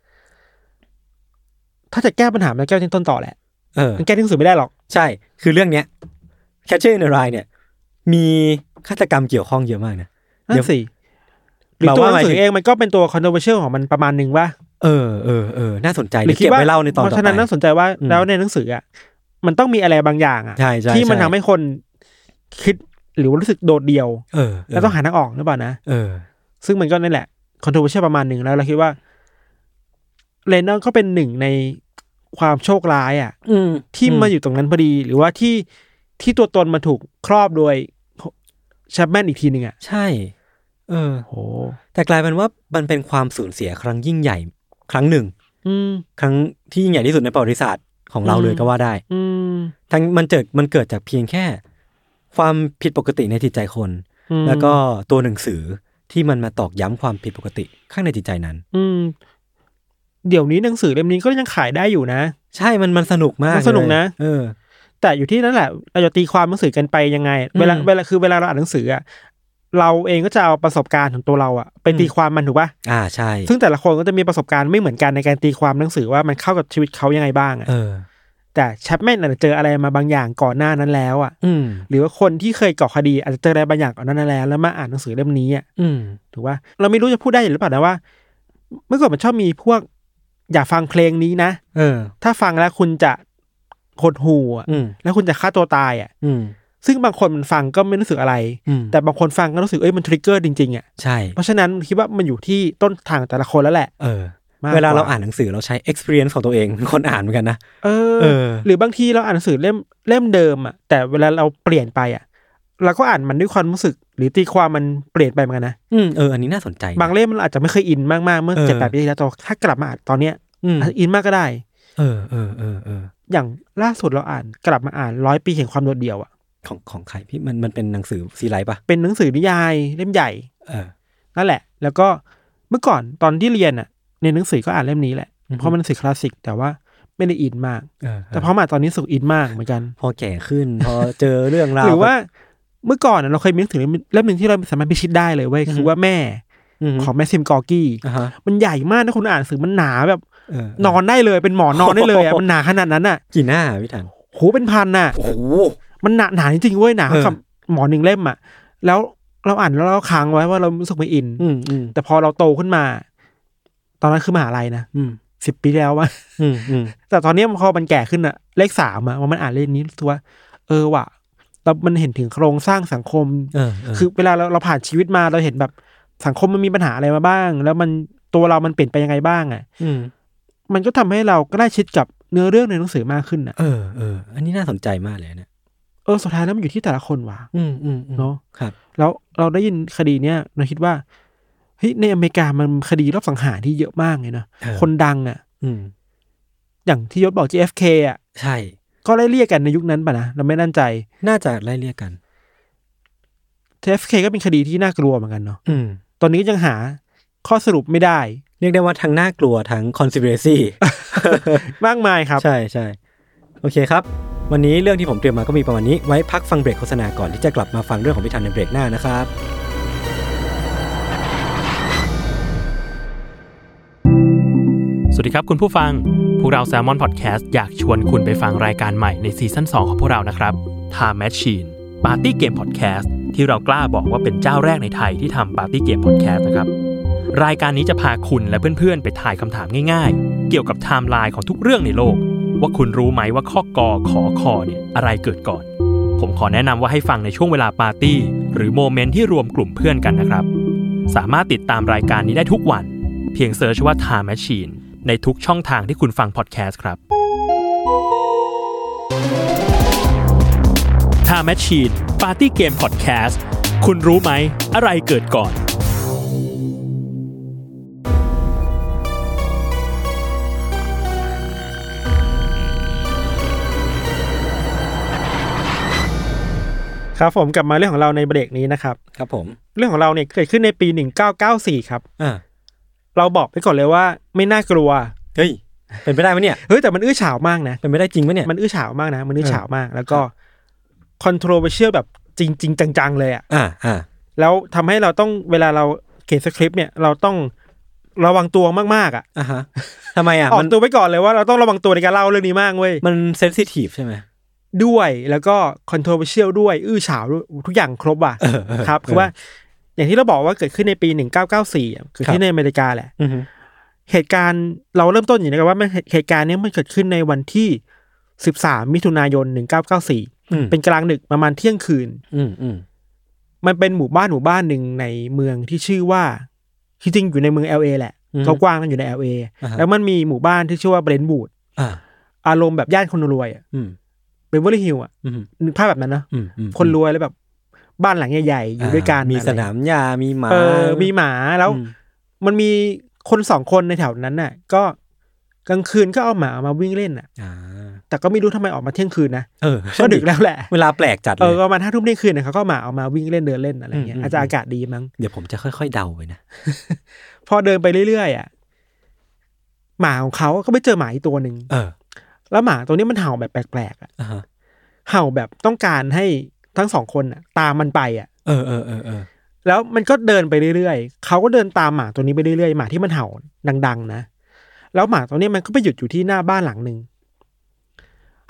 ถ้าจะแก้ปัญหามันแก้ที่ต้นต่อแหละเออมันแก้ที่หนังสือไม่ได้หรอกใช่คือเรื่องเนี้ย Catcher in the Rye เนี่ยมีฆาตกรรมเกี่ยวข้องเยอะมากนะนั่นสิหรือตัวหนังสือเองมันก็เป็นตัว controversial ของมันประมาณนึงว่าเออเออเออน่าสนใจเดี๋ยวเก็บไว้เล่าในตอนต่อไปเพราะฉะนั้นน่าสนใจว่าแล้วในหนังสืออ่ะมันต้องมีอะไรบางอย่างอ่ะที่มันทำให้คนคิดหรือรู้สึกโดดเดี่ยวเออแล้วต้องหาทางออกหรือเปล่านะเออซึ่งมันก็นั่นแหละ controversial ประมาณนึงแล้วเราคิดว่าเลนนอนก็เป็นหนึ่งในความโชคร้ายอ่ะที่มาอยู่ตรงนั้นพอดีหรือว่าที่ที่ตัวตนมาถูกครอบโดยแชปแมนอีกทีนึงอ่ะใช่เออโหแต่กลายเป็นว่ามันเป็นความสูญเสียครั้งยิ่งใหญ่ครั้งหนึ่งครั้งที่ยิ่งใหญ่ที่สุดในประวัติศาสตร์ของเราเลยก็ว่าได้ทั้งมันเกิดมันเกิดจากเพียงแค่ความผิดปกติในจิตใจคนแล้วก็ตัวหนังสือที่มันมาตอกย้ำความผิดปกติข้างในจิตใจนั้นเดี๋ยวนี้หนังสือเล่มนี้ก็ยังขายได้อยู่นะใช่มันมันสนุกมากมันสนุกนะเออแต่อยู่ที่นั่นแหละเราจะตีความหนังสือกันไปยังไงเวลาเวลาคือเวลาเราอ่านหนังสืออ่ะเราเองก็จะเอาประสบการณ์ของตัวเราอ่ะไปตีความมันถูกป่ะอ่าใช่ซึ่งแต่ละคนก็จะมีประสบการณ์ไม่เหมือนกันในการตีความหนังสือว่ามันเข้ากับชีวิตเขายังไงบ้างอ่ะเออแต่แชปแมนอาจจะเจออะไรมาบางอย่างก่อนหน้านั้นแล้วอ่ะหรือว่าคนที่เคยก่อคดีอาจจะเจออะไรบางอย่างก่อนหน้านั้นแล้วแล้วมาอ่านหนังสือเล่มนี้อ่ะถูกป่ะเราไม่รู้จะพูดได้หรือเปล่านะว่าเมื่อก่อนมันชอบมีพวกอยากฟังเพลงนี้นะเออถ้าฟังแล้วคุณจะหดหู่อ่ะแล้วคุณจะฆ่าตัวตายอ่ะซึ่งบางคนมันฟังก็ไม่รู้สึกอะไรแต่บางคนฟังก็รู้สึกเอ้ยมันทริกเกอร์จริงๆอ่ะใช่เพราะฉะนั้นคิดว่ามันอยู่ที่ต้นทางแต่ละคนแล้วแหละเออเวลาเราอ่านหนังสือเราใช้ experience ของตัวเองเป็นคนอ่านเหมือนกันนะเออเออหรือบางทีเราอ่านหนังสือเล่มเล่มเดิมอ่ะแต่เวลาเราเปลี่ยนไปอ่ะเราก็อ่านมันด้วยความรู้สึกหรือตีความมันเปลี่ยนไปเหมือนกันนะอืมเอออันนี้น่าสนใจบางเล่มมันอาจจะไม่เคยอินมากๆเมื่อเจ็ดแปดปีที่แล้วแต่ถ้ากลับมาอ่านตอนเนี้ยอินมากก็ได้เออเออเออเอออย่างล่าสุดเราอ่านกลับมาอ่านร้อยปีแห่งความโดดเดี่ยวอ่ะของของใครพี่มันมันเป็นหนังสือซีไรต์ป่ะเป็นหนังสือนิยายเล่มใหญ่เออนั่นแหละแล้วก็เมื่อก่อนตอนที่เรียนอ่ะในหนังสือก็อ่านเล่มนี้แหละเพราะมันหนังสือคลาสสิกแต่ว่าไม่ได้อินมากแต่พอมาตอนนี้สุกอินมากเหมือนกันพอแก่ขึ้นพอเจอเรื่องราวหรือว่าเมื่อก่อนเราเคยมีหนังสือเล่มนึงที่เราสามารถพิชิตได้เลยเว้ยคือว่าแม่ของแมสซิมกอร์กี้มันใหญ่มากนะคุณอ่านหนังสือมันหนาแบบนอนได้เลยเป็นหมอนนอนได้เลยอ่ะมันหนาขนาดนั้นอ่ะกี่หน้าพี่ธันโหเป็นพันน่ะโอ้โหมันหนาหนาจริงๆเว้ยหนากับหมอนหนึ่งเล่มอ่ะแล้วเราอ่านแล้วเราค้างไว้ว่าเรารู้สึกไม่อินแต่พอเราโตขึ้นมาตอนนั้นคือมหาลัยนะสิบปีแล้ววะแต่ตอนนี้พอมันแก่ขึ้นอะเลขสามอะมันอ่านเล่มนี้รู้สึกว่าเออว่ะเรามันเห็นถึงโครงสร้างสังคมคือเวลาเราเราผ่านชีวิตมาเราเห็นแบบสังคมมันมีปัญหาอะไรมาบ้างแล้วมันตัวเรามันเปลี่ยนไปยังไงบ้างอะมันก็ทำให้เราใกล้ชิดกับเนื้อเรื่องในหนังสือมากขึ้นอะเออเอออันนี้น่าสนใจมากเลยเนี่ยเออสุดท้ายแล้วมันอยู่ที่แต่ละคนว่ะอืมอืมเนาะครับแล้วเราได้ยินคดีเนี้ยเราคิดว่าเฮ้ยในอเมริกามันคดีรอบสังหารที่เยอะมากเลยเนาะคนดังอ่ะอืมอย่างที่ยศบอก เจ เอฟ เค อ่ะใช่ก็ไล่เรียกกันในยุคนั้นป่ะนะเราไม่แน่ใจน่าจะไล่เรียกกัน เจ เอฟ เค ก็เป็นคดีที่น่ากลัวเหมือนกันเนาะอืมตอนนี้ยังหาข้อสรุปไม่ได้เรียกได้ว่าทั้งน่ากลัวทั้ง conspiracy มากมายครับใช่ใช่โอเคครับวันนี้เรื่องที่ผมเตรียมมาก็มีประมาณนี้ไว้พักฟังเบรกโฆษณาก่อนที่จะกลับมาฟังเรื่องของพี่ธันในเบรกหน้านะครับสวัสดีครับคุณผู้ฟังพวกเรา Salmon Podcast อยากชวนคุณไปฟังรายการใหม่ในซีซั่นสองของพวกเรานะครับ Time Machine Party Game Podcast ที่เรากล้าบอกว่าเป็นเจ้าแรกในไทยที่ทำ Party Game Podcast นะครับรายการนี้จะพาคุณและเพื่อนๆไปถ่ายคำถามง่ายๆเกี่ยวกับไทม์ไลน์ของทุกเรื่องในโลกว่าคุณรู้ไหมว่าข้อกอขอคอเนี่ยอะไรเกิดก่อนผมขอแนะนำว่าให้ฟังในช่วงเวลาปาร์ตี้หรือโมเมนต์ที่รวมกลุ่มเพื่อนกันนะครับสามารถติดตามรายการนี้ได้ทุกวันเพียงเซิร์ชว่า Time Machine ในทุกช่องทางที่คุณฟังพอดแคสต์ครับ Time Machine Party Game Podcast คุณรู้ไหมอะไรเกิดก่อนครับผมกลับมาเรื่องของเราในเบรกนี้นะครับครับผมเรื่องของเราเนี่ยเกิดขึ้นในปีหนึ่งเก้าเก้าสี่ครับอ่าเราบอกไปก่อนเลยว่าไม่น่ากลัวเฮ้ยเป็นไปได้ไหมเนี่ยเฮ้ยแต่มันอื้อฉาวมากนะเป็นไปได้จริงไหมเนี่ยมันอื้อฉาวมากนะมันอื้อฉาวมากแล้วก็ controversial แบบจริงๆจังๆเลยอ่ะอ่าอ่าแล้วทำให้เราต้องเวลาเราเขียนสคริปต์เนี่ยเราต้องระวังตัวมากๆอ่ะอ่าฮะทำไมอ่ะออกตัวไว้ก่อนเลยว่าเราต้องระวังตัวในการเล่าเรื่องนี้มากเว้ยมันเซนซิทีฟใช่ไหมด้วยแล้วก็ controversial ด้วยอื้อฉาวทุกอย่างครบอ่ะครับคือว่าอย่างที่เราบอกว่าเกิดขึ้นในปีหนึ่งเก้าเก้าสี่คือที่ในอเมริกาแหละเหตุการณ์เราเริ่มต้นอย่างนี้กันว่าเหตุการณ์นี้มันเกิดขึ้นในวันที่สิบสามมิถุนายนหนึ่งเก้าเก้าสี่เป็นกลางดึกประมาณเที่ยงคืนมันเป็นหมู่บ้านหมู่บ้านหนึ่งในเมืองที่ชื่อว่าจริงๆอยู่ในเมือง แอล เอ แหละเขากว้างกันอยู่ใน แอล เอ แล้วมันมีหมู่บ้านที่ชื่อว่าเบรนท์วูดอารมณ์แบบย่านคนรวยอ่ะเบเวอร์ลี่ฮิลล์อ่ะนึกภาพแบบนั้นนะคนรวยแล้วแบบบ้านหลังใหญ่ๆอยู่ด้วยกันมีสนามหญ้ามีหมาเออมีหมาแล้วมันมีคนสองคนในแถวนั้นน่ะก็กลางคืนก็เอาหมามาวิ่งเล่นอ่ะแต่ก็ไม่รู้ทำไมออกมาเที่ยงคืนนะเออก็ดึกแล้วแหละเวลาแปลกจัดเลยเออประมาณห้าทุ่มเที่ยงคืนเนี่ยเขาก็มาเอามาวิ่งเล่นเดินเล่นอะไรเงี้ยอาจจะอากาศดีมั้งเดี๋ยวผมจะค่อยๆเดาไปนะพอเดินไปเรื่อยๆอ่ะหมาของเขาก็ไปเจอหมาอีกตัวหนึ่งเออแล้วหมาตัวนี้มันเห่าแบบแปลกๆอ่ะเห่าแบบต้องการให้ทั้งสองคนอ่ะตามมันไปอ่ะเออเออเออเออแล้วมันก็เดินไปเรื่อยๆเขาก็เดินตามหมาตัวนี้ไปเรื่อยๆหมาที่มันเห่าดังๆนะแล้วหมาตัวนี้มันก็ไปหยุดอยู่ที่หน้าบ้านหลังนึง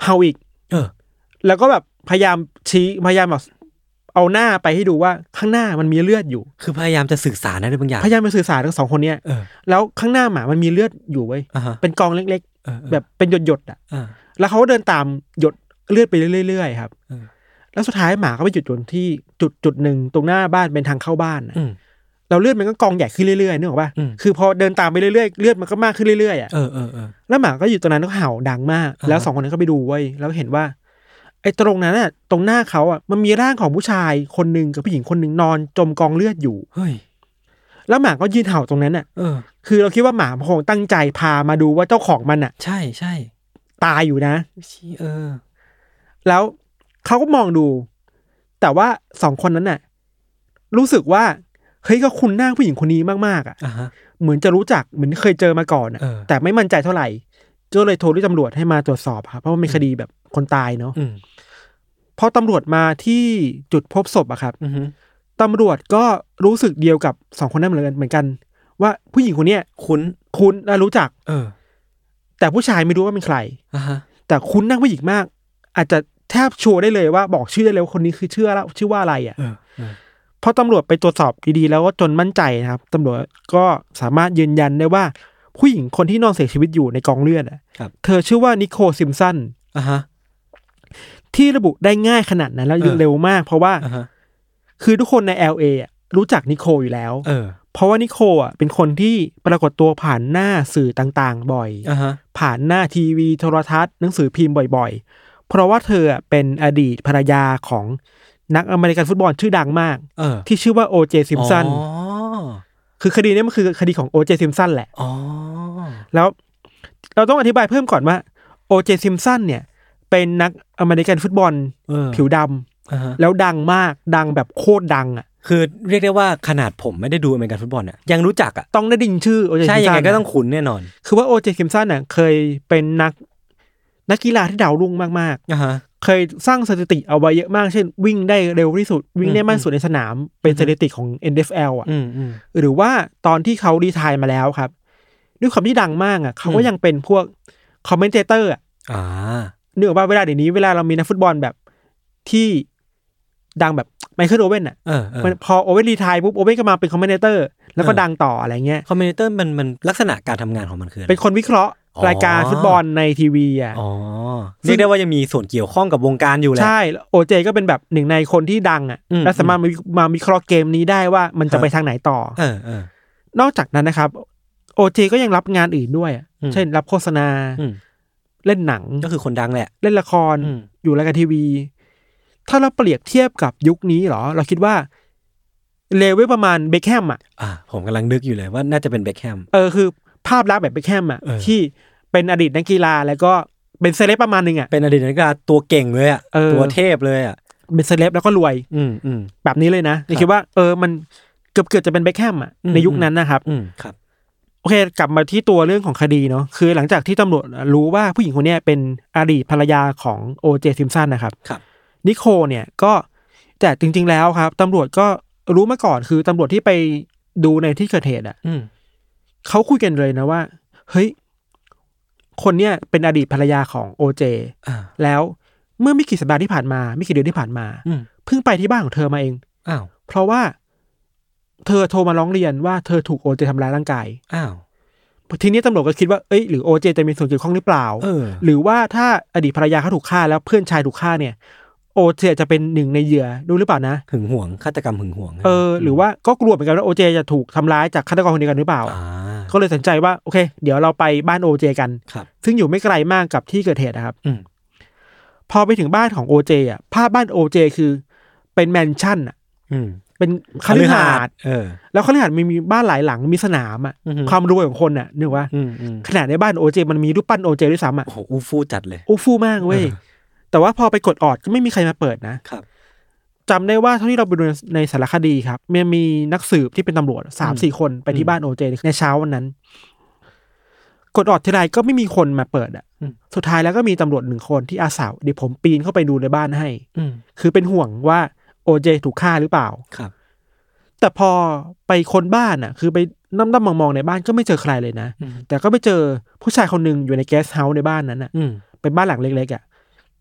เห่าอีกเออแล้วก็แบบพยายามชี้พยายามแบบเอาหน้าไปให้ดูว่าข้างหน้ามันมีเลือดอยู่คือพยายามจะสื่อสารอะไรบางอย่างพยายามจะสื่อสารทั้งสองคนเนี้ยแล้วข้างหน้าหมามันมีเลือดอยู่เว้ยเป็นกองเล็กๆแบบเป็นหยดๆอ่ะแล้วเขาก็เดินตามหยดเลือดไปเรื่อยๆครับแล้วสุดท้ายหมาก็ไปหยุดอยู่ที่จุดจุดหนึ่งตรงหน้าบ้านเป็นทางเข้าบ้านเราเลือดมันก็กองใหญ่ขึ้นเรื่อยๆนึกออกป่ะคือพอเดินตามไปเรื่อยๆเลือดมันก็มากขึ้นเรื่อยๆอ่ะแล้วหมาก็อยู่ตรงนั้นก็เห่าดังมากแล้วสองคนนั้นก็ไปดูเว้ยแล้วเห็นว่าไอ้ตรงนั้นน่ะตรงหน้าเขาอ่ะมันมีร่างของผู้ชายคนหนึ่งกับผู้หญิงคนหนึ่งนอนจมกองเลือดอยู่เฮ้ยแล้วหมาก็ยืนเห่าตรงนั้นอ่ะเออคือเราคิดว่าหมาคงตั้งใจพามาดูว่าเจ้าของมันอ่ะใช่ใช่ตายอยู่นะเออแล้วเขาก็มองดูแต่ว่าสองคนนั้นน่ะรู้สึกว่าเฮ้ยก็คุ้นหน้าผู้หญิงคนนี้มากๆอ่ะ uh-huh. เหมือนจะรู้จักเหมือนเคยเจอมาก่อนอ่ะ uh. แต่ไม่มั่นใจเท่าไหร่ก็เลยโทรเรียกตำรวจให้มาตรวจสอบครับเพราะว่าเป็นคดีแบบคนตายเนาะ uh. พอตำรวจมาที่จุดพบศพอะครับ uh-huh. ตำรวจก็รู้สึกเดียวกับสองคนนั้นเหมือนกันเหมือนกันว่าผู้หญิงคนนี้คุ้นคุ้นและรู้จัก uh. แต่ผู้ชายไม่รู้ว่าเป็นใคร uh-huh. แต่คุ้นหน้าผู้หญิงมากอาจจะแทบชัวร์ได้เลยว่าบอกชื่อได้เลยว่าคนนี้คือชื่อแล้วชื่อว่าอะไรอ่ะเออเออพอตำรวจไปตรวจสอบดีๆแล้วก็จนมั่นใจนะครับตำรวจก็สามารถยืนยันได้ว่าผู้หญิงคนที่นอนเสียชีวิตอยู่ในกองเลือดอ่ะเธอชื่อว่านิโคลซิมสันอ่าฮะที่ระบุได้ง่ายขนาดนั้นแล้วเร็วมากเพราะว่าคือทุกคนใน แอล เอ อ่ะรู้จักนิโคลอยู่แล้วเออเพราะว่านิโคลอ่ะเป็นคนที่ปรากฏตัวผ่านหน้าสื่อต่างๆบ่อยอ่าฮะผ่านหน้าทีวีโทรทัศน์หนังสือพิมพ์บ่อยๆเพราะว่าเธอเป็นอดีตภรรยาของนักอเมริกันฟุตบอลชื่อดังมากที่ชื่อว่าโอเจซิมสันคือคดีนี้มันคือคดีของโอเจซิมสันแหละแล้วเราต้องอธิบายเพิ่มก่อนว่าโอเจซิมสันเนี่ยเป็นนักอเมริกันฟุตบอลผิวดำแล้วดังมากดังแบบโคตรดังอ่ะคือเรียกได้ว่าขนาดผมไม่ได้ดูอเมริกันฟุตบอลเนี่ยยังรู้จักอ่ะต้องได้ยินชื่อโอเจซิมสันใช่ยังไงก็ต้องคุ้นแน่นอนคือว่าโอเจซิมสันน่ะเคยเป็นนักนักกีฬาที่ดาวรุ่งมากๆ uh-huh. เคยสร้างสถิติเอาไว้เยอะมากเช่นวิ่งได้เร็วที่สุดวิ่งได้มากสุดในสนามเป็นสถิติของ เอ็น เอฟ แอล อ่ะหรือว่าตอนที่เขารีไทร์มาแล้วครับด้วยความที่ดังมากอ่ะเขาก็ยังเป็นพวกคอมเมนเตเตอร์อ่ะเนื่องจากว่าเวลาเดี๋ยวนี้เวลาเรามีนักฟุตบอลแบบที่ดังแบบไมเคิลโอเว่นอ่ะพอโอเว่นรีไทร์ปุ๊บโอเว่นก็มาเป็นคอมเมนเตอร์แล้วก็ดังต่ออะไรเงี้ยคอมเมนเตอร์มันมันลักษณะการทำงานของมันคือเป็นคนวิเคราะห์รายการฟุตบอลในทีวีอ่ะอ๋อเรียกได้ว่ายังมีส่วนเกี่ยวข้องกับวงการอยู่แหละใช่โอเจก็เป็นแบบหนึ่งในคนที่ดังอ่ะและสามารถมาวิเคราะห์เกมนี้ได้ว่ามันจะไปทางไหนต่อเออเออนอกจากนั้นนะครับโอเจก็ยังรับงานอื่นด้วยเช่นรับโฆษณาเล่นหนังก็คือคนดังแหละเล่นละครอยู่รายการทีวีถ้าเราเปรียบเทียบกับยุคนี้เหรอเราคิดว่าเลเวลประมาณเบคแฮมอ่ะอ่าผมกำลังนึกอยู่เลยว่าน่าจะเป็นเบคแฮมเออคือภาพลักษณ์แบบเบคแฮมอ่ะที่เป็นอดีตนักกีฬาแล้วก็เป็นเซเลบประมาณนึงอ่ะเป็นอดีตนักกีฬาตัวเก่งเลยอ่ะตัวเทพเลยอ่ะเป็นเซเลบแล้วก็รวยอืมอืมแบบนี้เลยนะเราคิดว่าเออมันเกือบเกือบจะเป็นเบคแฮมอ่ะในยุคนั้นนะครับอืมครับโอเคกลับมาที่ตัวเรื่องของคดีเนาะคือหลังจากที่ตำรวจรู้ว่าผู้หญิงคนนี้เป็นอดีตภรรยาของโอเจซิมสันนะครับครับนิโคลเนี่ยก็แต่จริงๆแล้วครับตำรวจก็รู้มาก่อนคือตำรวจที่ไปดูในที่เกิดเหตุอ่ะเขาคุยกันเลยนะว่าเฮ้ยคนเนี้ยเป็นอดีตภรรยาของโอเจแล้วเมื่อไม่กี่สัปดาห์ที่ผ่านมาไม่กี่เดือนที่ผ่านมาเพิ่งไปที่บ้านของเธอมาเองอ้าวเพราะว่าเธอโทรมาร้องเรียนว่าเธอถูกโอเจทำร้ายร่างกายอ้าวทีนี้ตำรวจก็คิดว่าเอ้ยหรือโอเจจะมีส่วนเกี่ยวข้องหรือเปล่าหรือว่าถ้าอดีตภรรยาเขาถูกฆ่าแล้วเพื่อนชายถูกฆ่าเนี่ยโอเจจะเป็นหนึ่งในเหยื่อดูหรือเปล่านะหึงหวงฆาตกรรมหึงหวงเออหรือว่าก็กลัวเหมือนกันว่าโอเจจะถูกทำร้ายจากฆาตกรคนเดียวกันหรือเปล่าก็เลยตัดสินใจว่าโอเคเดี๋ยวเราไปบ้านโอเจกันซึ่งอยู่ไม่ไกลมากกับที่เกิดเหตุนะครับพอไปถึงบ้านของโอเจอ่ะภาพบ้านโอเจคือเป็นแมนชั่นอ่ะเป็นคฤหาสน์แล้วคฤหาสน์มีมีบ้านหลายหลังมีสนามอ่ะความรวยของคนอ่ะนึกว่าขนาดในบ้านโอเจมันมีรูปปั้นโอเจด้วยซ้ำอ่ะโอ้โหอูฟูจัดเลยอูฟูมากเว้ยแต่ว่าพอไปกดออดก็ไม่มีใครมาเปิดนะครับจำได้ว่าเท่าที่เราไปดูในสารคดีครับมันมีนักสืบที่เป็นตำรวจสามสี่คนไปที่บ้านโอเจในเช้าวันนั้นกดออดทีไรก็ไม่มีคนมาเปิดอ่ะสุดท้ายแล้วก็มีตำรวจหนึ่งคนที่อาสาเดี๋ยวผมปีนเข้าไปดูในบ้านให้คือเป็นห่วงว่าโอเจถูกฆ่าหรือเปล่าครับแต่พอไปค้นบ้านอ่ะคือไปน้ำดำมองๆในบ้านก็ไม่เจอใครเลยนะแต่ก็ไปเจอผู้ชายคนหนึ่งอยู่ในแกสต์เฮาส์ในบ้านนั้นอ่ะเป็นบ้านหลังเล็กๆอ่ะ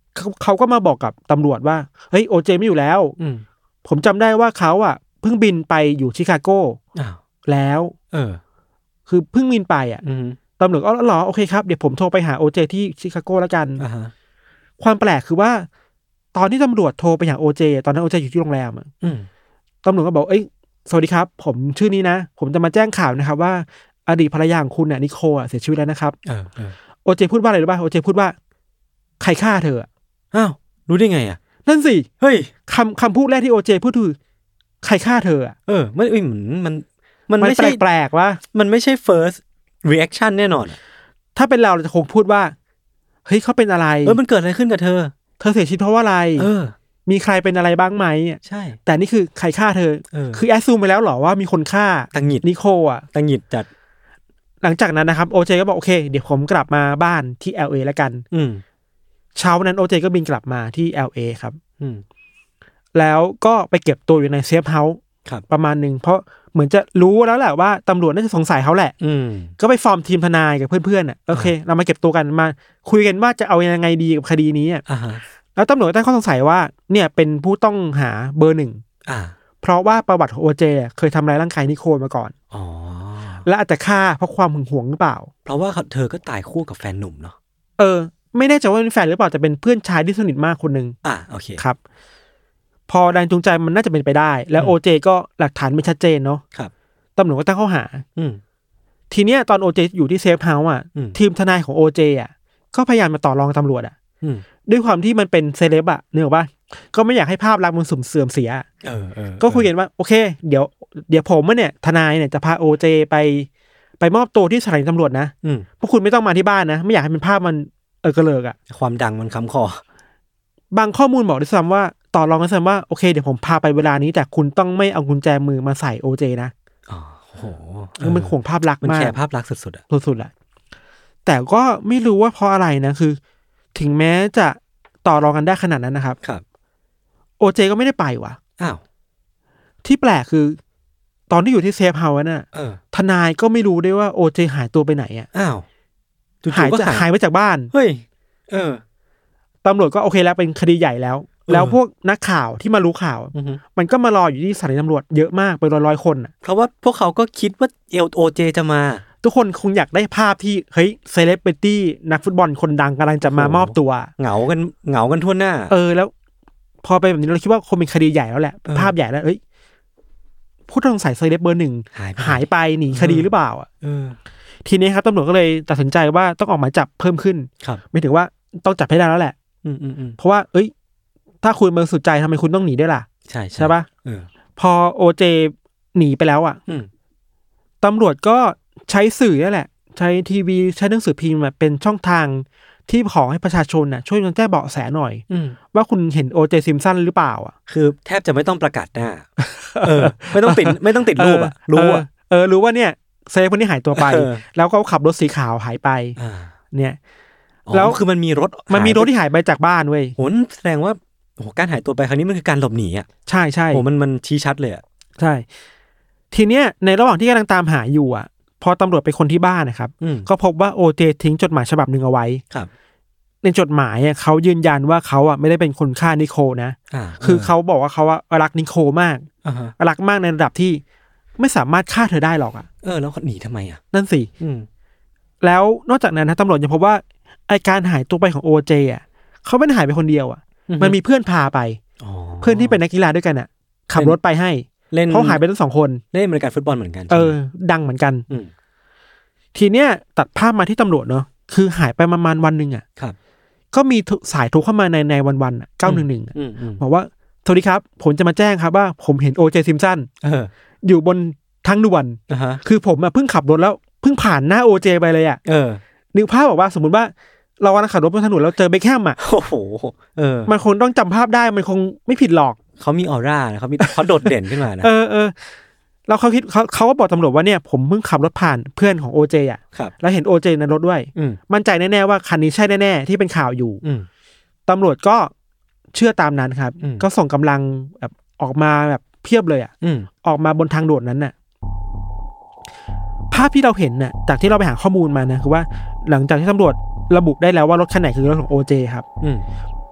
เขาเขาก็มาบอกกับตำรวจว่าเฮ้ยโอเจไม่อยู่แล้วผมจำได้ว่าเขาอ่ะเพิ่งบินไปอยู่ชิคาโกแล้วเออคือเพิ่งบินไปอ่ะตำรวจก็อ๋อโอเคครับเดี๋ยวผมโทรไปหาโอเจที่ชิคาโกแล้วกันความแปลกคือว่าตอนที่ตำรวจโทรไปหาโอเจตอนนั้นโอเจอยู่ที่โรงแรมอ่ะตำรวจก็บอกเอ้ยสวัสดีครับผมชื่อนี้นะผมจะมาแจ้งข่าวนะครับว่าอดีตภรรยาของคุณเนี่ยนิโคลเสียชีวิตแล้วนะครับโอเจพูดว่าอะไรรู้ป่ะโอเจพูดว่าใครฆ่าเธออ้าวรู้ได้ไงอ่ะนั่นสิเฮ้ยคำคำพูดแรกที่โอเจพูดคือใครฆ่าเธออ่ะเออไม่เหมือนมันมันไม่ใช่แปลกๆว่ามันไม่ใช่ first reaction แน่นอนถ้าเป็นเราเราจะคงพูดว่าเฮ้ยเขาเป็นอะไรเออมันเกิดอะไรขึ้นกับเธอเธอเสียชีวิตเพราะว่าอะไรเออมีใครเป็นอะไรบ้างไหมใช่แต่นี่คือใครฆ่าเธอเออคือแอสซูมไปแล้วเหรอว่ามีคนฆ่าตังหงิดนิโคอ่ะตังหงิดจัดหลังจากนั้นนะครับโอเจก็บอกโอเคเดี๋ยวผมกลับมาบ้านที่ แอล เอ แล้วกันอืมเช้าวันนั้นโอเจก็บินกลับมาที่ แอล เอ ครับอืมแล้วก็ไปเก็บตัวอยู่ในเซฟเฮาส์ประมาณนึงเพราะเหมือนจะรู้แล้วแหละว่าตำรวจน่าจะสงสัยเขาแหละอืมก็ไปฟอร์มทีมทนายกับเพื่อนๆอ่ะโอเคเรามาเก็บตัวกันมาคุยกันว่าจะเอายังไงดีกับคดีนี้อ่ะแล้วตำรวจตั้งข้อสงสัยว่าเนี่ยเป็นผู้ต้องหาเบอร์หนึ่งอ่าเพราะว่าประวัติของโอเจเคยทำร้ายร่างกายนิโคลมาก่อนอ๋อและอาจจะฆ่าเพราะความหึงหวงหรือเปล่าเพราะว่าเธอก็ตายคู่กับแฟนหนุ่มเนาะเออไม่แน่ใจว่าเป็นแฟนหรือเปล่าแต่เป็นเพื่อนชายที่สนิทมากคนนึงอ่าโอเคครับพอแรงจูงใจมันน่าจะเป็นไปได้แล้วโอเจก็หลักฐานไม่ชัดเจนเนาะครับตำรวจก็ตั้งข้อหาอืมทีเนี้ยตอนโอเจอยู่ที่เซฟเฮาส์อ่ะทีมทนายของโอเจอ่ะก็พยายามมาต่อรองกับตำรวจอ่ะด้วยความที่มันเป็นเซเลบอ่ะนึกออกป่ะก็ไม่อยากให้ภาพลักษณ์มันสุ่มเสื่อมเสียเออเออก็คุยกันว่าโอเคเดี๋ยวเดี๋ยวผมเนี่ยทนายเนี่ยจะพาโอเจไปไปมอบตัวที่สถานีตำรวจนะพวกคุณไม่ต้องมาที่บ้านนะไม่อยากให้เป็นภาพมันเออกระเลิกอ่ะความดังมันค้ำคอบางข้อมูลบอกด้วยซ้ำว่าต่อรองกันซ้ำว่าโอเคเดี๋ยวผมพาไปเวลานี้แต่คุณต้องไม่เอากุญแจมือมาใส่โอเจนะอ๋อโหมันห่วงภาพลักษณ์มากมันแคร์ภาพลักษณ์สุดๆอ่ะสุดๆแหละแต่ก็ไม่รู้ว่าเพราะอะไรนะคือถึงแม้จะต่อรองกันได้ขนาดนั้นนะครับครับโอเจก็ไม่ได้ไปว่ะอ้าวที่แปลกคือตอนที่อยู่ที่เซฟเฮาส์น่ะทนายก็ไม่รู้ได้ว่าโอเจหายตัวไปไหนอ่ะอ้าวหายจะหายไปจากบ้านเฮ้ยเออตำรวจก็โอเคแล้วเป็นคดีใหญ่แล้วแล้วพวกนักข่าวที่มารู้ข่าวมันก็มารออยู่ที่สถานีตำรวจเยอะมากเป็นร้อยๆคนอ่ะเพราะว่าพวกเขาก็คิดว่าเอลโอเจจะมาทุกคนคงอยากได้ภาพที่เฮ้ยเซเลบริตี้นักฟุตบอลคนดังกำลังจะมามอบตัวเหงากันเหงากันทั่วหน้าเออแล้วพอไปแบบนี้เราคิดว่าคงเป็นคดีใหญ่แล้วแหละภาพใหญ่แล้วเอ้ยผู้ต้องสงสัยเซเลบเบอร์หนึ่งหายไปหนีคดีหรือเปล่าอ่ะทีนี้ครับตำรวจก็เลยตัดสินใจว่าต้องออกหมายจับเพิ่มขึ้นไม่ถึงว่าต้องจับให้ได้แล้วแหละเพราะว่าเอ้ยถ้าคุณบริสุทธิ์ใจทำไมคุณต้องหนีด้วยล่ะใช่ใช่ป่ะพอโอเจหนีไปแล้วอ่ะตำรวจก็ใช้สื่อนี่แหละใช้ทีวีใช้หนังสือพิมพ์แบบเป็นช่องทางที่ขอให้ประชาชนน่ะช่วยกันแจ้งเบาะแสหน่อยว่าคุณเห็นโอเจซิมสันหรือเปล่าอ่ะคือแทบจะไม่ต้องประกาศหน้าเออไม่ต้องติดไม่ต้องติดรูปอ่ะรู้อ่ะเออรู้ว่าเนี่ยเซฟคนนี้หายตัวไปแล้วก็ขับรถสีขาวหายไปเนี่ยแล้วคือมันมีรถมันมีรถที่หายไปจากบ้านเว้ยโหแสดงว่าโหการหายตัวไปครั้งนี้มันคือการหลบหนีอ่ะใช่ใช่โหมันมันชี้ชัดเลยอ่ะใช่ทีเนี้ยในระหว่างที่กำลังตามหาอยู่อ่ะพอตำรวจไปคนที่บ้านนะครับก็พบว่าโอเจทิ้งจดหมายฉบับหนึ่งเอาไว้ครับในจดหมายอ่ะเขายืนยันว่าเขาอ่ะไม่ได้เป็นคนฆ่านิโคลนะคือเขาบอกว่าเขาว่ารักนิโคลมากรักมากในระดับที่ไม่สามารถฆ่าเธอได้หรอกอ่ะเออแล้วหนีทำไมอ่ะนั่นสิแล้วนอกจากนั้นนะตำรวจยังพบว่าไอการหายตัวไปของโอเจอ่ะเขาไม่ได้หายไปคนเดียวอ่ะมันมีเพื่อนพาไปเพื่อนที่เป็นนักกีฬาด้วยกันอ่ะขับรถไปให้เขาหายไปทั้งสองคนเล่นบริการฟุตบอลเหมือนกันเออดังเหมือนกันทีเนี้ยตัดภาพมาที่ตำรวจเนาะคือหายไปประมาณวันหนึ่งอ่ะก็มีสายโทรเข้ามาในในวันวันอ่ะเก้าหนึ่งหนึ่งบอกว่าสวัสดีครับผมจะมาแจ้งครับว่าผมเห็นโอเจซิมสันอยู่บนทางด่วนคือผมอ่ะเพิ่งขับรถแล้วเพิ่งผ่านหน้าโอเจไปเลยอ่ะนึกภาพบอกว่าสมมติว่าเรากำลังขับรถบนถนนแล้วเจอเบคแฮมอ่ะโอ้โหเออมันคงต้องจำภาพได้มันคงไม่ผิดหรอกเขามีออร่าเขามีเขาโดดเด่นขึ้นมานะเออเออแล้วเขาคิดเขาเขาก็บอกตำรวจว่าเนี่ยผมเพิ่งขับรถผ่านเพื่อนของโอเจอ่ะแล้วเห็นโอเจในรถด้วยมั่นใจแน่ๆว่าคันนี้ใช่แน่ๆที่เป็นข่าวอยู่ตำรวจก็เชื่อตามนั้นครับก็ส่งกำลังแบบออกมาแบบเพียบเลยอ่ะออกมาบนทางด่วนนั้นน่ะภาพที่เราเห็นน่ะจากที่เราไปหาข้อมูลมานะคือว่าหลังจากที่ตำรวจระบุได้แล้วว่ารถคันไหนคือรถของโอเจครับ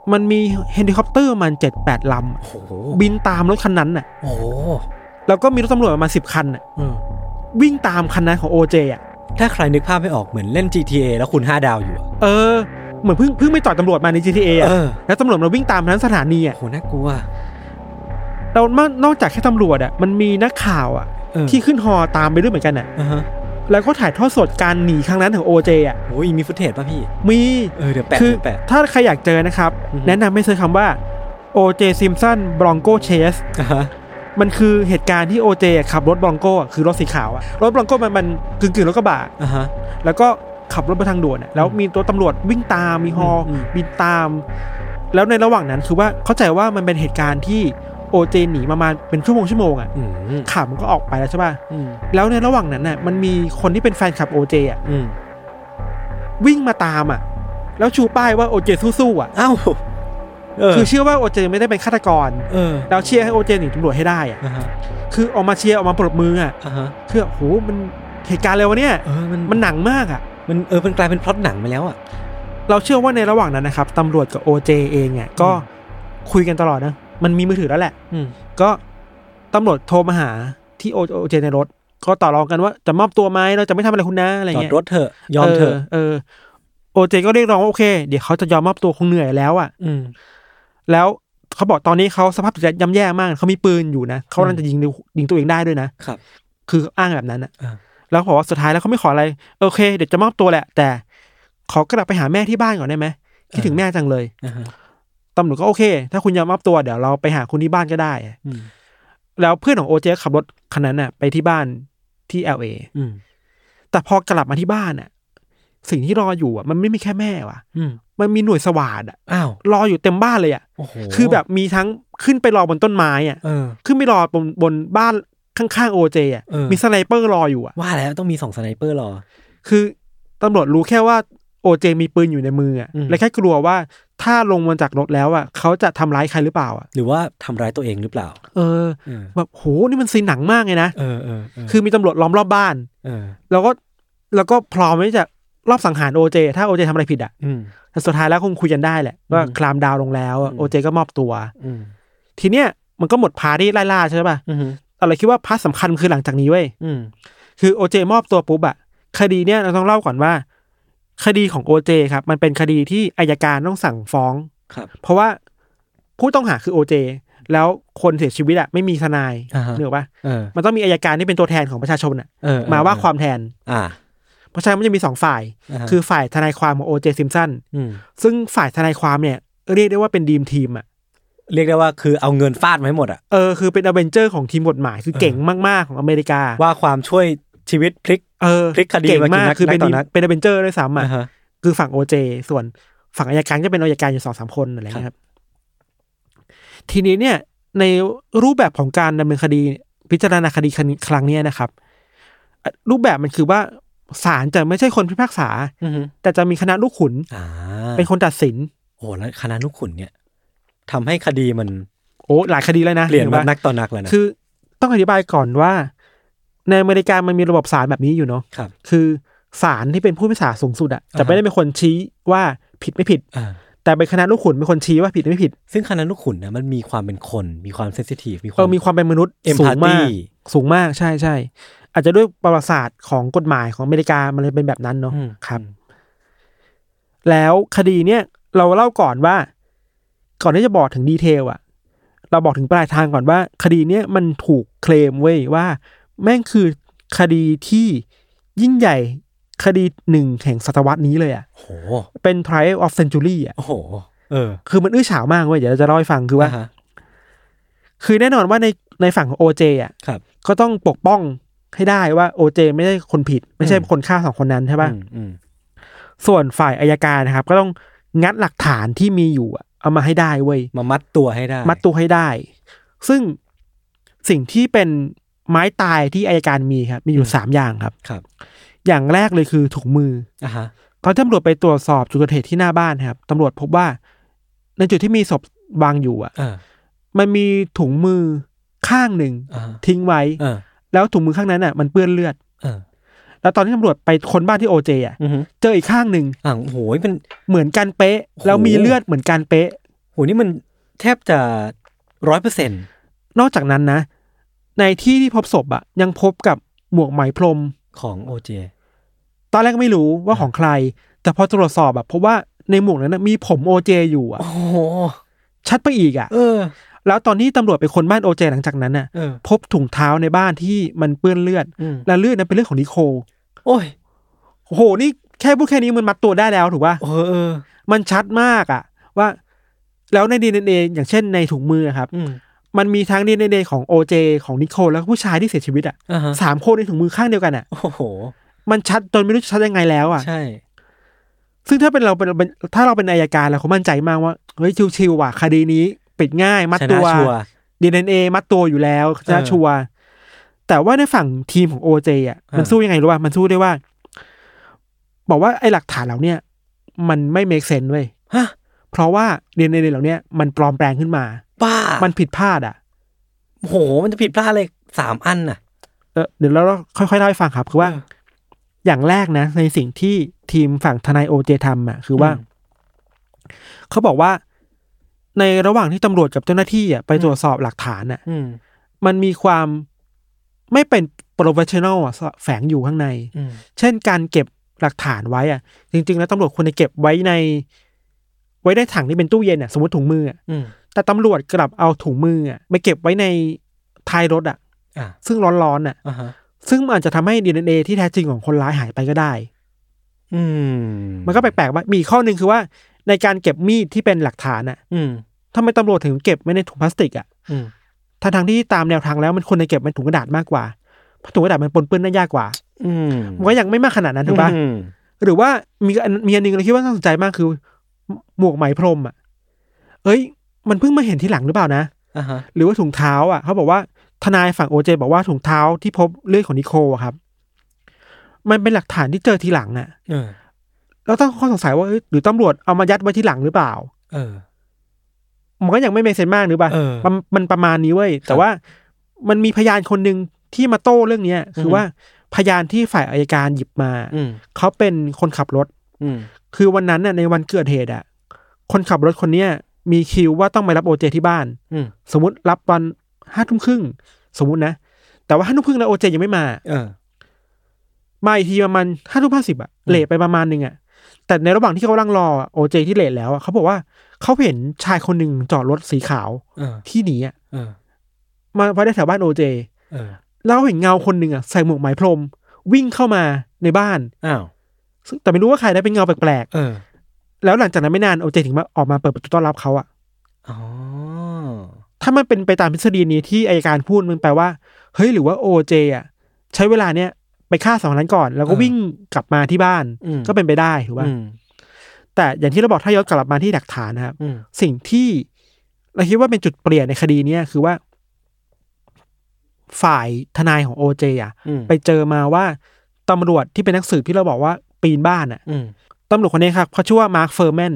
มันมีเฮลิคอปเตอร์ประมาณ เจ็ดแปด ลำโอ้โหบินตามรถคันนั้นน่ะโอ้แล้วก็มีรถตำรวจประมาณสิบคันน่ะวิ่งตามคันนั้นของ โอ เจ อ่ะถ้าใครนึกภาพไม่ออกเหมือนเล่น จี ที เอ แล้วคุณห้าดาวอยู่เออเหมือนเพิ่งเพิ่งไปต่อยตำรวจมาใน จี ที เอ อ่ะแล้วตำรวจมาวิ่งตามนั้นสถานีอ่ะโหน่ากลัวเรานอกจากแค่ตำรวจอ่ะมันมีนักข่าวอ่ะที่ขึ้นฮอตามไปด้วยเหมือนกันอ่ะแล้วก็ถ่ายทอดสดการหนีครั้งนั้นของ โอ เจ อ่ะโอ้ยมีฟุตเทจป่ะพี่มีเออเดี๋ยวแปะคือถ้าใครอยากเจอนะครับแนะนำให้เซิร์ชคำว่า โอ เจ Simpson Bronco Chase มันคือเหตุการณ์ที่ โอ เจ ขับรถบรองโก้คือรถสีขาวอะรถบรองโก้มันมันกึ่งๆรถกระบะแล้วก็ขับรถไปทางด่วนแล้วมีตัวตำรวจวิ่งตามมีฮอบินตามแล้วในระหว่างนั้นคือว่าเข้าใจว่ามันเป็นเหตุการณ์ที่โอ เจ หนีมามาเป็นชั่วโมงชั่วโมงอ่ะข่าวมันก็ออกไปแล้วใช่ป่ะแล้วในระหว่างนั้นน่ะมันมีคนที่เป็นแฟนคลับ โอ เจ อ่ะวิ่งมาตามอ่ะแล้วชูป้ายว่า โอ เจ สู้ๆอ่ะอ้าวคือเชื่อว่า โอ เจ ไม่ได้เป็นฆาตกรแล้วเชียร์ให้ โอ เจ หนีตำรวจให้ได้อ่ะคือออกมาเชียร์ออกมาปรบมืออ่ะคือโหมันเหตุการณ์อะไรวะเนี่ยมันหนังมากอ่ะมันเออมันกลายเป็นพล็อตหนังไปแล้วอ่ะเราเชื่อว่าในระหว่างนั้นนะครับตำรวจกับ โอ เจ เองอ่ะก็คุยกันตลอดนะมันมีมือถือแล้วแหละก็ตำรวจโทรมาหาที่โอเจในรถก็ต่อรองกันว่าจะมอบตัวไหมเราจะไม่ทำอะไรคุณนะอะไรเงี้ยจอดรถเถอะยอมเถอะเออโอเจก็เรียกร้องโอเคเดี๋ยวเขาจะยอมมอบตัวคงเหนื่อยแล้วอ่ะแล้วเขาบอกตอนนี้เขาสภาพจิตใจย่ำแย่มากเขามีปืนอยู่นะเขากำลังจะยิงยิงตัวเองได้ด้วยนะครับคืออ้างแบบนั้นอ่ะแล้วบอกว่าสุดท้ายแล้วเขาไม่ขออะไรโอเคเดี๋ยวจะมอบตัวแหละแต่ขอกลับไปหาแม่ที่บ้านก่อนได้ไหมคิดถึงแม่จังเลยตำรวจก็โอเคถ้าคุณยอมมอบตัวเดี๋ยวเราไปหาคุณที่บ้านก็ได้แล้วเพื่อนของโอเจขับรถคันนั้นน่ะไปที่บ้านที่ แอล เอ แต่พอกลับมาที่บ้านน่ะสิ่งที่รออยู่อ่ะมันไม่มีแค่แม่ว่ะมันมีหน่วยสวาทอ่ะอ้าวรออยู่เต็มบ้านเลยอ่ะคือแบบมีทั้งขึ้นไปรอบนต้นไม้อ่ะขึ้นไปรอบนบนบ้านข้างๆโอเจอ่ะมีสไนเปอร์รออยู่อ่ะว่าแล้วต้องมีสองสไนเปอร์รอคือตำรวจรู้แค่ว่าโอเจมีปืนอยู่ในมืออ่ะและแค่กลัวว่าถ้าลงมาจากรถแล้วอ่ะเขาจะทำร้ายใครหรือเปล่าอ่ะหรือว่าทำร้ายตัวเองหรือเปล่าเออแบบโหนี่มันซีนหนังมากเลยนะเออเออคือมีตำรวจล้อมรอบบ้านเออแล้วก็แล้วก็พร้อมที่จะรอบสังหารโอเจถ้าโอเจทำอะไรผิดอ่ะแต่สุดท้ายแล้วคงคุยกันได้แหละว่าคลามดาวลงแล้วโอเจก็มอบตัวทีเนี้ยมันก็หมดพาร์ตี้ไล่ล่าใช่ป่ะอะไรคิดว่าพาร์ทสำคัญคือหลังจากนี้เว้ยคือโอเจมอบตัวปุ๊บอ่ะคดีเนี้ยเราต้องเล่าก่อนว่าคดีของ โอ เจ ครับมันเป็นคดีที่อัยการต้องสั่งฟ้องเพราะว่าผู้ต้องหาคือ โอ เจ แล้วคนเสียชีวิตอ่ะไม่มีทนายนึกออกป่ะมันต้องมีอัยการที่เป็นตัวแทนของประชาชนอ่ะมาว่าความแทนเพราะฉะนั้นมันจะมีสองฝ่ายคือฝ่ายทนายความของ โอ เจ ซิมสันซึ่งฝ่ายทนายความเนี่ยเรียกได้ว่าเป็นดีมทีมอ่ะเรียกได้ว่าคือเอาเงินฟาดมาให้หมดอ่ะเออคือเป็นอเวนเจอร์ของทีมกฎหมายคือเก่งมากๆของอเมริกาว่าความช่วยชีวิตพลิกเออพลิกคดีมากคือเป็นเป็นอเวนเจอร์ด้วยซ้ำอ่ะคือฝั่ง โอ เจ ส่วนฝั่งอัยการก็เป็นอัยการอยู่ สองสาม คนอะไรอย่างเงี้ยครับทีนี้เนี่ยในรูปแบบของการดำเนินคดีพิจารณาคดีครั้งนี้นะครับรูปแบบมันคือว่าศาลจะไม่ใช่คนพิพากษาแต่จะมีคณะลูกขุนเป็นคนตัดสินโอ้แล้วคณะลูกขุนเนี่ยทำให้คดีมันโอ้หลายคดีแล้วนะเปลี่ยนมานักต่อนักแล้วนะคือต้องอธิบายก่อนว่าในอเมริกามันมีระบบศาลแบบนี้อยู่เนาะคือศาลที่เป็นผู้พิพากษาสูงสุดอ่ะจะไม่ได้เป็นคนชี้ว่าผิดไม่ผิดแต่เป็นคณะลูกขุนเป็นคนชี้ว่าผิดไม่ผิดซึ่งคณะลูกขุนนะมันมีความเป็นคนมีความเซนซิทีฟมีความมีความเป็นมนุษย์สูงมากสูงมากใช่ใช่อาจจะด้วยประวัติศาสตร์ของกฎหมายของอเมริกามันเลยเป็นแบบนั้นเนาะครับแล้วคดีเนี้ยเราเล่าก่อนว่าก่อนที่จะบอกถึงดีเทลอ่ะเราบอกถึงปลายทางก่อนว่าคดีเนี้ยมันถูกเคลมเว้ยว่าแม่งคือคดีที่ยิ่งใหญ่คดีหนึ่งแห่งศตวรรษนี้เลยอ่ะโหเป็น trial of century อ่ะโอ้โหเออคือมันอื้อฉาวมากเว้ยเดี๋ยวเราจะเล่าให้ฟังคือว่าคือแน่นอนว่าในในฝั่งของ โอ เจ อ่ะก็ต้องปกป้องให้ได้ว่า โอ เจ ไม่ใช่คนผิดไม่ใช่คนฆ่าสองคนนั้นใช่ป่ะส่วนฝ่ายอัยการนะครับก็ต้องงัดหลักฐานที่มีอยู่เอามาให้ได้เว้ยมามัดตัวให้ได้มัดตัวให้ได้ซึ่งสิ่งที่เป็นไม้ตายที่อัยการมีครับมีอยู่สามอย่างครับครับอย่างแรกเลยคือถุงมืออ่าฮะตอนตำรวจไปตรวจสอบจุดเกิดเหตุที่หน้าบ้านครับตำรวจพบว่าในจุดที่มีศพวางอยู่อ่ะมันมีถุงมือข้างหนึ่งทิ้งไว้แล้วถุงมือข้างนั้นอ่ะมันเปื้อนเลือดแล้วตอนที่ตำรวจไปค้นบ้านที่ โอ เจ อ่ะเจออีกข้างหนึ่งอ่ะโอ้โหเป็นเหมือนกันเป๊ะแล้วมีเลือดเหมือนกันเป๊ะนี่มันแทบจะร้อยเปอร์เซ็นต์นอกจากนั้นนะในที่ที่พบศพอ่ะยังพบกับหมวกไหมพรมของโอเจตอนแรกก็ไม่รู้ว่าของใครแต่พอตรวจสอบแบบพบว่าในหมวกนั้นนะมีผมโอเจอยู่อ่ะโอ้ชัดไปอีกอ่ะเออแล้วตอนที่ตำรวจไปค้นบ้านโอเจหลังจากนั้นน่ะพบถุงเท้าในบ้านที่มันเปื้อนเลือดและเลือดนั้นเป็นเลือดของนิโคลโอ้ยโอ้โหนี่แค่พูดแค่นี้มันมัดตัวได้แล้วถูกป่ะเออเออมันชัดมากอ่ะว่าแล้วใน ดี เอ็น เอ อย่างเช่นในถุงมือครับมันมีทั้ง ดี เอ็น เอ ของโอเจของนิโคลแล้วก็ผู้ชายที่เสียชีวิตอ่ะสามคนในถุงมือข้างเดียวกันอ่ะโอ้โหมันชัดจนไม่รู้จะชัดยังไงแล้วอ่ะใช่ซึ่งถ้าเป็นเราเป็นถ้าเราเป็นอัยการเราคงมั่นใจมากว่าเฮ้ยชิวๆว่ะคดีนี้ปิดง่ายมัดตัว ดี เอ็น เอ มัดตัวอยู่แล้วจะชัวร์แต่ว่าในฝั่งทีมของ โอ เจ อ่ะมันสู้ยังไงรู้ป่ะมันสู้ได้ว่าบอกว่าไอ้หลักฐานเหล่านี้มันไม่เมคเซนส์เว้ยฮะเพราะว่า ดี เอ็น เอ เหล่านี้มันปลอมแปลงขึ้นมาบ้ามันผิดพลาดอ่ะโหมันจะผิดพลาดเลยสามอันน่ะเออเดี๋ยวเราค่อยๆเล่าให้ฟังครับคือว่าอย่างแรกนะในสิ่งที่ทีมฝั่งทนาย โอ เจ ทำอ่ะคือว่าเขาบอกว่าในระหว่างที่ตำรวจกับเจ้าหน้าที่อ่ะไปตรวจสอบหลักฐานอ่ะมันมีความไม่เป็นโปรเฟชชั่นอลอ่ะแฝงอยู่ข้างในเช่นการเก็บหลักฐานไว้อ่ะจริงๆแล้วตำรวจควรจะเก็บไว้ในไว้ในถังที่เป็นตู้เย็นอ่ะสมมติถุงมืออ่ะแต่ตำรวจกลับเอาถุงมืออ่ะไปเก็บไว้ในท้ายรถอ่ะซึ่งร้อนๆอ่ะซึ่งมันอาจจะทำให้ ดี เอ็น เอ ที่แท้จริงของคนร้ายหายไปก็ได้มันก็แปลกๆว่ามีข้อหนึ่งคือว่าในการเก็บมีดที่เป็นหลักฐานอ่ะทำไมตำรวจถึงเก็บไว้ในถุงพลาสติกอ่ะทั้งทางที่ตามแนวทางแล้วมันควรจะเก็บในถุงกระดาษมากกว่าเพราะถุงกระดาษมันปนเปื้อนได้ยากกว่ามันก็ยังไม่มากขนาดนั้นถูกป่ะหรือว่ามีมีอันนึงเราคิดว่าน่าสนใจมากคือหมวกไหมพรมอ่ะเอ้ยมันเพิ่งมาเห็นทีหลังหรือเปล่านะหรือว่าถุงเท้าอ่ะเขาบอกว่าทนายฝั่งโอเจบอกว่าถุงเท้าที่พบเลือดของนิโคลครับมันเป็นหลักฐานที่เจอทีหลังอ่ะเราต้องข้อสงสัยว่าหรือตำรวจเอามายัดไว้ทีหลังหรือเปล่าเออมันก็ยังไม่เมคเซนส์มากหรือเปล่ามันประมาณนี้เว้ยแต่ว่ามันมีพยานคนนึงที่มาโต้เรื่องนี้คือว่าพยานที่ฝ่ายอัยการหยิบมาเขาเป็นคนขับรถคือวันนั้นน่ะในวันเกิดเหตุอ่ะคนขับรถคนเนี้ยมีคิวว่าต้องไปรับโอเจที่บ้านสมมติรับวันห้าทุ่มครึ่งสมมตินะแต่ว่าห้าทุ่มครึ่งแล้วโอเจยังไม่มาเออมาอีกทีประมาณห้าทุ่มห้าสิบอ่ะเลทไปประมาณนึงอ่ะแต่ในระหว่างที่เขากำลังรอโอเจที่เลทแล้วอ่ะเขาบอกว่าเขาเห็นชายคนหนึ่งจอดรถสีขาวที่หนีอ่ะมาไว้ในแถวบ้านโอเจแล้วเห็นเงาคนหนึ่งอ่ะใส่หมวกไหมพรมวิ่งเข้ามาในบ้านอ้าวแต่ไม่รู้ว่าใครได้เป็นเงาแปลกๆแล้วหลังจากนั้นไม่นานโอเจถึงมาออกมาเปิดประตูต้อนรับเขาอ่ะอ๋อถ้ามันเป็นไปตามทฤษฎีนี้ที่อัยการพูดมันแปลว่าเฮ้ยหรือว่าโอเจอ่ะใช้เวลาเนี้ยไปฆ่าสองนั้นก่อนแล้วก็วิ่งกลับมาที่บ้านก็เป็นไปได้ถูกป่ะแต่อย่างที่เราบอกถ้าย้อนกลับมาที่หลักฐานนะครับสิ่งที่เราคิดว่าเป็นจุดเปลี่ยนในคดีนี้คือว่าฝ่ายทนายของโอเจอ่ะไปเจอมาว่าตำรวจที่เป็นนักสืบที่เราบอกว่าปีนบ้านอ่ะตำรวจคนนี้ครับเขาชื่อว่ามาร์คเฟอร์แมน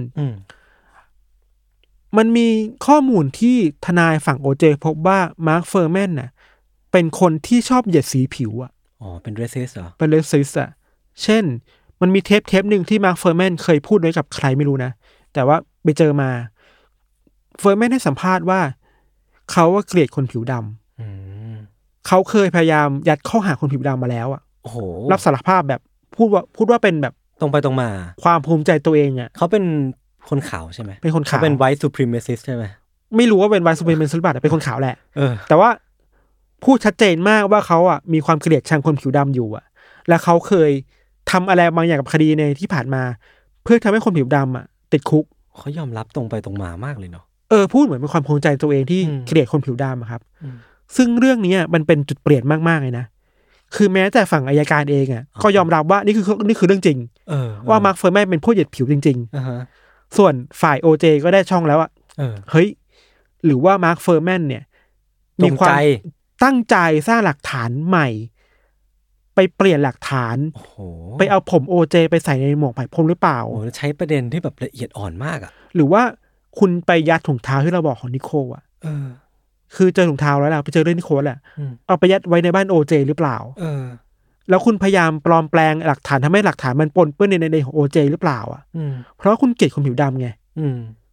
มันมีข้อมูลที่ทนายฝั่งโอเจพบว่ามาร์คเฟอร์แมนน่ะเป็นคนที่ชอบเหยียดสีผิวอ่ะอ๋อเป็นเรสซิสเหรอเป็นเรสซิสอ่ะเช่นมันมีเทปเทปหนึ่งที่มาร์คเฟอร์แมนเคยพูดไว้กับใครไม่รู้นะแต่ว่าไปเจอมาเฟอร์แมนให้สัมภาษณ์ว่าเขาว่าเกลียดคนผิวดำเขาเคยพยายามยัดข้อหาคนผิวดำมาแล้วอ่ะโอ้โหรับสารภาพแบบพูดว่าพูดว่าเป็นแบบตรงไปตรงมาความภูมิใจตัวเองอ่ะเขาเป็นคนขาวใช่ไหมเป็นคนขาวเขาเป็น white supremacist ใช่ไหมไม่รู้ว่าเป็น white supremacist หรือเปล่าเป็นคนขาวแหละแต่ว่าพูดชัดเจนมากว่าเขาอ่ะมีความเกลียดชังคนผิวดำอยู่อ่ะและเขาเคยทำอะไรบางอย่างกับคดีในที่ผ่านมาเพื่อทำให้คนผิวดำอ่ะติดคุกเขายอมรับตรงไปตรงมามากเลยเนาะเออพูดเหมือนเป็นความภูมิใจตัวเองที่เกลียดคนผิวดำครับซึ่งเรื่องนี้มันเป็นจุดเปลี่ยนมากๆเลยนะคือแม้แต่ฝั่งอัยการเองอ่ะก็ยอมรับว่านี่คือนี่คือเรื่องจริงว่ามาร์คเฟอร์แมนเป็นผู้เหยียดผิวจริงๆส่วนฝ่าย โอ เจ ก็ได้ช่องแล้วอ่ะเฮ้ยหรือว่ามาร์คเฟอร์แมนเนี่ยมีความตั้งใจสร้างหลักฐานใหม่ไปเปลี่ยนหลักฐานไปเอาผม โอ เจ ไปใส่ในหมวกไหมพรมหรือเปล่าโอ้ใช้ประเด็นที่แบบละเอียดอ่อนมากอ่ะหรือว่าคุณไปยัดถุงเท้าที่เราบอกของนิโคลอ่ะเออคือเจอถุงเท้าแล้วล่ะไปเจอเรื่องนิโคลแหละเอาไปยัดไว้ในบ้าน โอ เจ หรือเปล่าเออแล้วคุณพยายามปลอมแปลงหลักฐานทำให้หลักฐานมันปนเปื้อนในในของ โอ เจ หรือเปล่าอ่ะเพราะคุณเกลียดคนผิวดำไง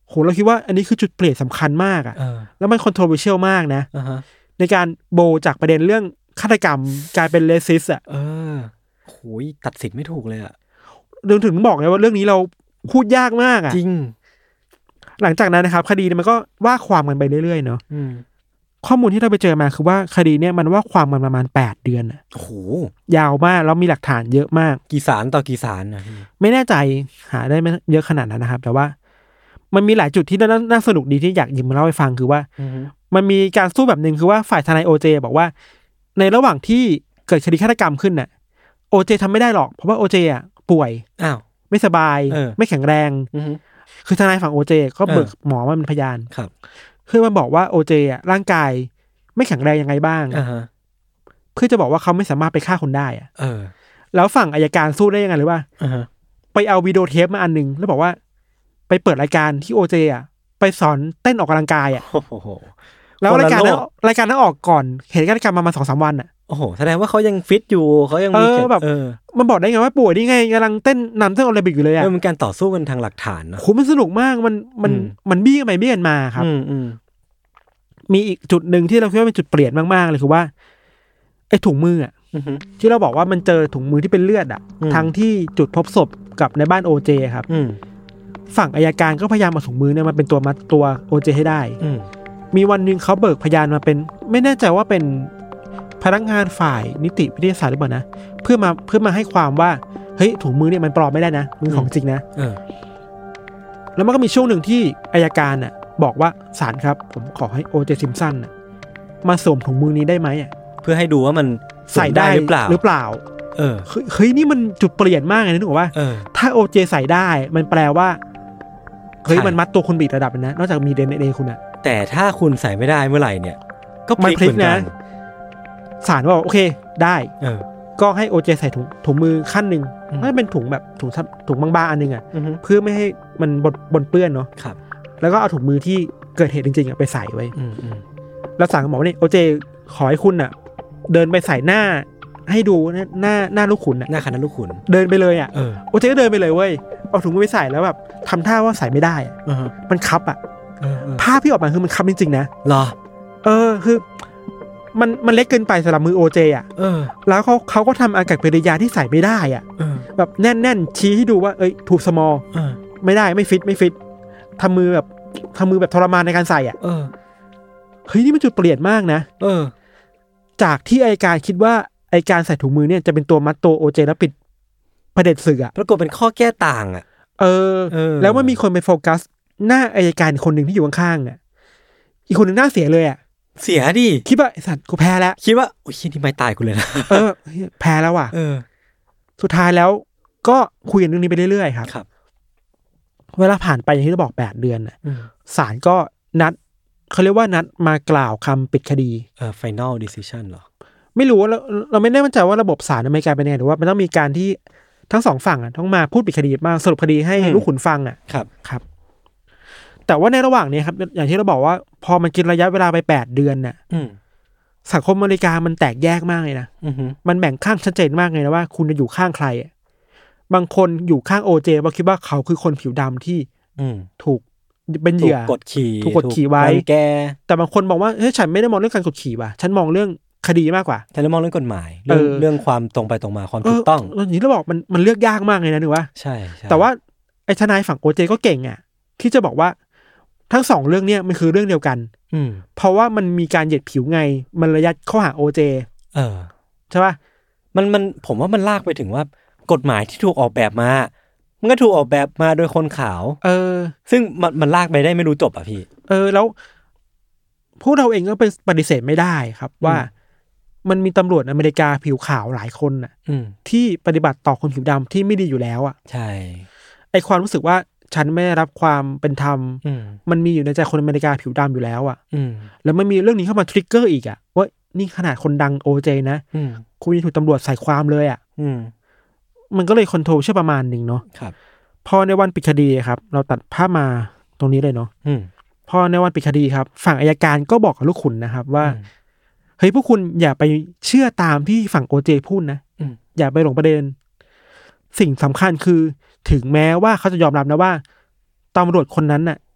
โหเราคิดว่าอันนี้คือจุดเปลี่ยนสำคัญมากอ่ะแล้วมัน controversial มากนะในการโบจากประเด็นเรื่องฆาตกรรมกลายเป็นเลสิสอ่ะเออโหยตัดสินไม่ถูกเลยอ่ะเรื่องถึงบอกไงว่าเรื่องนี้เราพูดยากมากอ่ะจริงหลังจากนั้นนะครับคดีมันก็ว่าความกันไปเรื่อยๆเนาะข้อมูลที่เราไปเจอมาคือว่าคดีเนี้ยมันว่าความมันประมาณแปดเดือนอ่ะโอ้โหยาวมากแล้วมีหลักฐานเยอะมากกี่ศาลต่อกี่ศาลนะไม่แน่ใจหาได้ไม่เยอะขนาดนั้นนะครับแต่ว่ามันมีหลายจุดที่น่าน่าสนุกดีที่อยากหยิบมาเล่าให้ฟังคือว่ามันมีการสู้แบบนึงคือว่าฝ่ายทนายโอเจบอกว่าในระหว่างที่เกิดคดีฆาตกรรมขึ้นน่ะโอเจทำไม่ได้หรอกเพราะว่าโอเจอ่ะป่วยอ้าวไม่สบายไม่แข็งแรงคือทนายฝั่งโอเจก็เบิกหมอมาเป็นพยานครับคือมันบอกว่าโอเจอ่ะร่างกายไม่แข็งแรงยังไงบ้างเพื่อจะบอกว่าเขาไม่สามารถไปฆ่าคนได้อ่ะแล้วฝั่งอัยการสู้ได้ยังไงหรือว่าไปเอาวิดีโอเทปมาอันนึงแล้วบอกว่าไปเปิดรายการที่โอเจอ่ะไปสอนเต้นออกกำลังกายอ่ะแล้วรายการนั้นรายการนั้นออกก่อนเหตุการณ์มามาสองสามวันอ่ะโอ้โหแสดงว่าเขายังฟิตอยู่เขายังมีแบบมันบอกได้ไงว่าป่วยนี่ไงกำลังเต้นนำเต้นโอลิมปิกอยู่เลยอ่ะมันการต่อสู้กันทางหลักฐานเนาะโหมันสนุกมากมันมันมันบี้กันไปบี้กันมาครับมีอีกจุดหนึ่งที่เราคิดว่าเป็นจุดเปลี่ยนมากๆเลยคือว่าไอ้ถุงมืออ่ะที่เราบอกว่ามันเจอถุงมือที่เป็นเลือดอ่ะทั้งที่จุดพบศพกับในบ้านโอเจครับฝั่งอัยการก็พยายามเอาถุงมือเนี่ยมาเป็นตัวมัดตัวโอเจให้ได้มีวันนึงเขาเบิกพยานมาเป็นไม่แน่ใจว่าเป็นพนักงานฝ่ายนิติวิทยาศาสตร์หรือเปล่านะเพื่อมาเพื่อมาให้ความว่าเฮ้ยถุงมือเนี่ยมันปลอมไม่ได้นะมือของจริงนะแล้วมันก็มีช่วงหนึ่งที่อัยการน่ะบอกว่าศาลครับผมขอให้โอเจซิมสันน่ะมาสวมถุงมือนี้ได้ไหมอ่ะเพื่อให้ดูว่ามันใส่ได้หรือเปล่าหรือเปล่าเออเฮ้ยนี่มันจุดเปลี่ยนมากเลยนะนึกว่าถ้าโอเจใส่ได้มันแปลว่าเฮ้ยมันมัดตัวคุณบีดระดับนะนอกจากมี ดี เอ็น เอ คุณอ่ะแต่ถ้าคุณใส่ไม่ได้เมื่อไหร่เนี่ยก็พลิกเหมือนกันศาลบอกโอเคได้เออก็ให้โอเจใส่ถุงถุงมือขั้นนึงน่าจะเป็นถุงแบบถุงถุงบางๆอันนึงอ่ะเพื่อไม่ให้มันบดบนเปื้อนเนาะครับแล้วก็เอาถุงมือที่เกิดเหตุจริงๆไปใส่ไว้แล้วศาลก็บอกว่านี่โอเจขอให้คุณอ่ะเดินไปใส่หน้าให้ดูหน้าหน้าหน้าลูกขุนหน้าคณะลูกขุนเดินไปเลยอ่ะโอเจก็เดินไปเลยเว้ยเอาถุงมือไปใส่แล้วแบบทำท่าว่าใส่ไม่ได้อ่ะมันคับอ่ะภาพที่ออกมาคือมันคับจริงๆนะเหรอเออคือมันมันเล็กเกินไปสำหรับมือโอเจอ่ะแล้วเขาเขาก็ทำอากับกิริยาที่ใส่ไม่ได้อ่ะแบบแน่นๆชี้ให้ดูว่าเอ้ยถูกสมอลไม่ได้ไม่ฟิตไม่ฟิตทำมือแบบทำมือแบบทรมานในการใส่อ่ะเฮ้ยนี่มันจุดเปลี่ยนมากนะเออจากที่อัยการคิดว่าไอการใส่ถุงมือเนี่ยจะเป็นตัวมัดตัวโอเจแล้วปิดเผด็จศึกอ่ะปรากฏเป็นข้อแก้ต่างอ่ะเออแล้วมันมีคนไปโฟกัสหน้าอัยการคนหนึ่งที่อยู่ข้างๆอ่ะอีกคนหนึ่งหน้าเสียเลยอ่ะเสียดิคิดว่าไอสัตว์กูแพ้แล้วคิดว่าโอ้ยที่ไม่ตายกูเลยนะเออแพ้แล้วว่ะเออสุดท้ายแล้วก็คุยกันเรื่องนี้ไปเรื่อยๆครับครับเวลาผ่านไปอย่างที่เราบอกแปดเดือนน่ะศาลก็นัดเขาเรียกว่านัดมากล่าวคำปิดคดีเออ final decision เหรอไม่รู้ว่าเราเราไม่แน่มั่นใจว่าระบบศาลอเมริกาเป็นยังไงหรือว่ามันต้องมีการที่ทั้งสองฝั่งอ่ะต้องมาพูดปิดคดีมาสรุปคดีให้ลูกขุนฟังอ่ะครับครับแต่ว่าในระหว่างนี้ครับอย่างที่เราบอกว่าพอมันกินระยะเวลาไปแปดเดือนน่ะสังคมอเมริกามันแตกแยกมากเลยนะมันแบ่งข้างชัดเจนมากเลยนะว่าคุณจะอยู่ข้างใครอ่ะบางคนอยู่ข้างโอเจเพราะคิดว่าเขาคือคนผิวดำที่ถูกเป็นเหยื่อถูกกดขี่ถูกกดขี่ไว้แต่บางคนบอกว่าเฮ้ยฉันไม่ได้มองเรื่องการกดขี่ว่ะฉันมองเรื่องคดีมากกว่าฉันมองเรื่องกฎหมายเรื่องเรื่องความตรงไปตรงมาความถูกต้องอย่างนี้เราบอกมันมันเลือกยากมากเลยนะนึกว่าใช่แต่ว่าไอ้ทนายฝั่งโอเจก็เก่งอ่ะที่จะบอกว่าทั้งสองเรื่องเนี้ยมันคือเรื่องเดียวกันอืมเพราะว่ามันมีการเหยียดผิวไงมันระยัดข้อหาโอเจเออใช่ป่ะมันมันผมว่ามันลากไปถึงว่ากฎหมายที่ถูกออกแบบมามันก็ถูกออกแบบมาโดยคนขาวเออซึ่งมันมันลากไปได้ไม่รู้จบอ่ะพี่เออแล้วพวกเราเองก็เป็นปฏิเสธไม่ได้ครับว่ามันมีตำรวจอเมริกาผิวขาวหลายคนน่ะที่ปฏิบัติต่อคนผิวดำที่ไม่ดีอยู่แล้วอ่ะใช่ไอความรู้สึกว่าฉันไม่ได้รับความเป็นธรรมมันมีอยู่ในใจคนอเมริกาผิวดำอยู่แล้วอ่ะแล้วมันมีเรื่องนี้เข้ามาทริกเกอร์อีกอ่ะว่านี่ขนาดคนดังโอเจนะคุณยังถูกตำรวจใส่ความเลยอ่ะมันก็เลยคอนโทรลเชื่อประมาณหนึ่งเนาะพอในวันปิดคดีครับเราตัดภาพมาตรงนี้เลยเนาะพอในวันปิดคดีครับฝั่งอัยการก็บอกกับลูกขุนนะครับว่าเฮ้ยพวกคุณอย่าไปเชื่อตามที่ฝั่งโอเจพูดนะอย่าไปหลงประเด็นสิ่งสำคัญคือถึงแม้ว่าเขาจะยอมรับนะว่าตำรวจคนนั้นน่ะ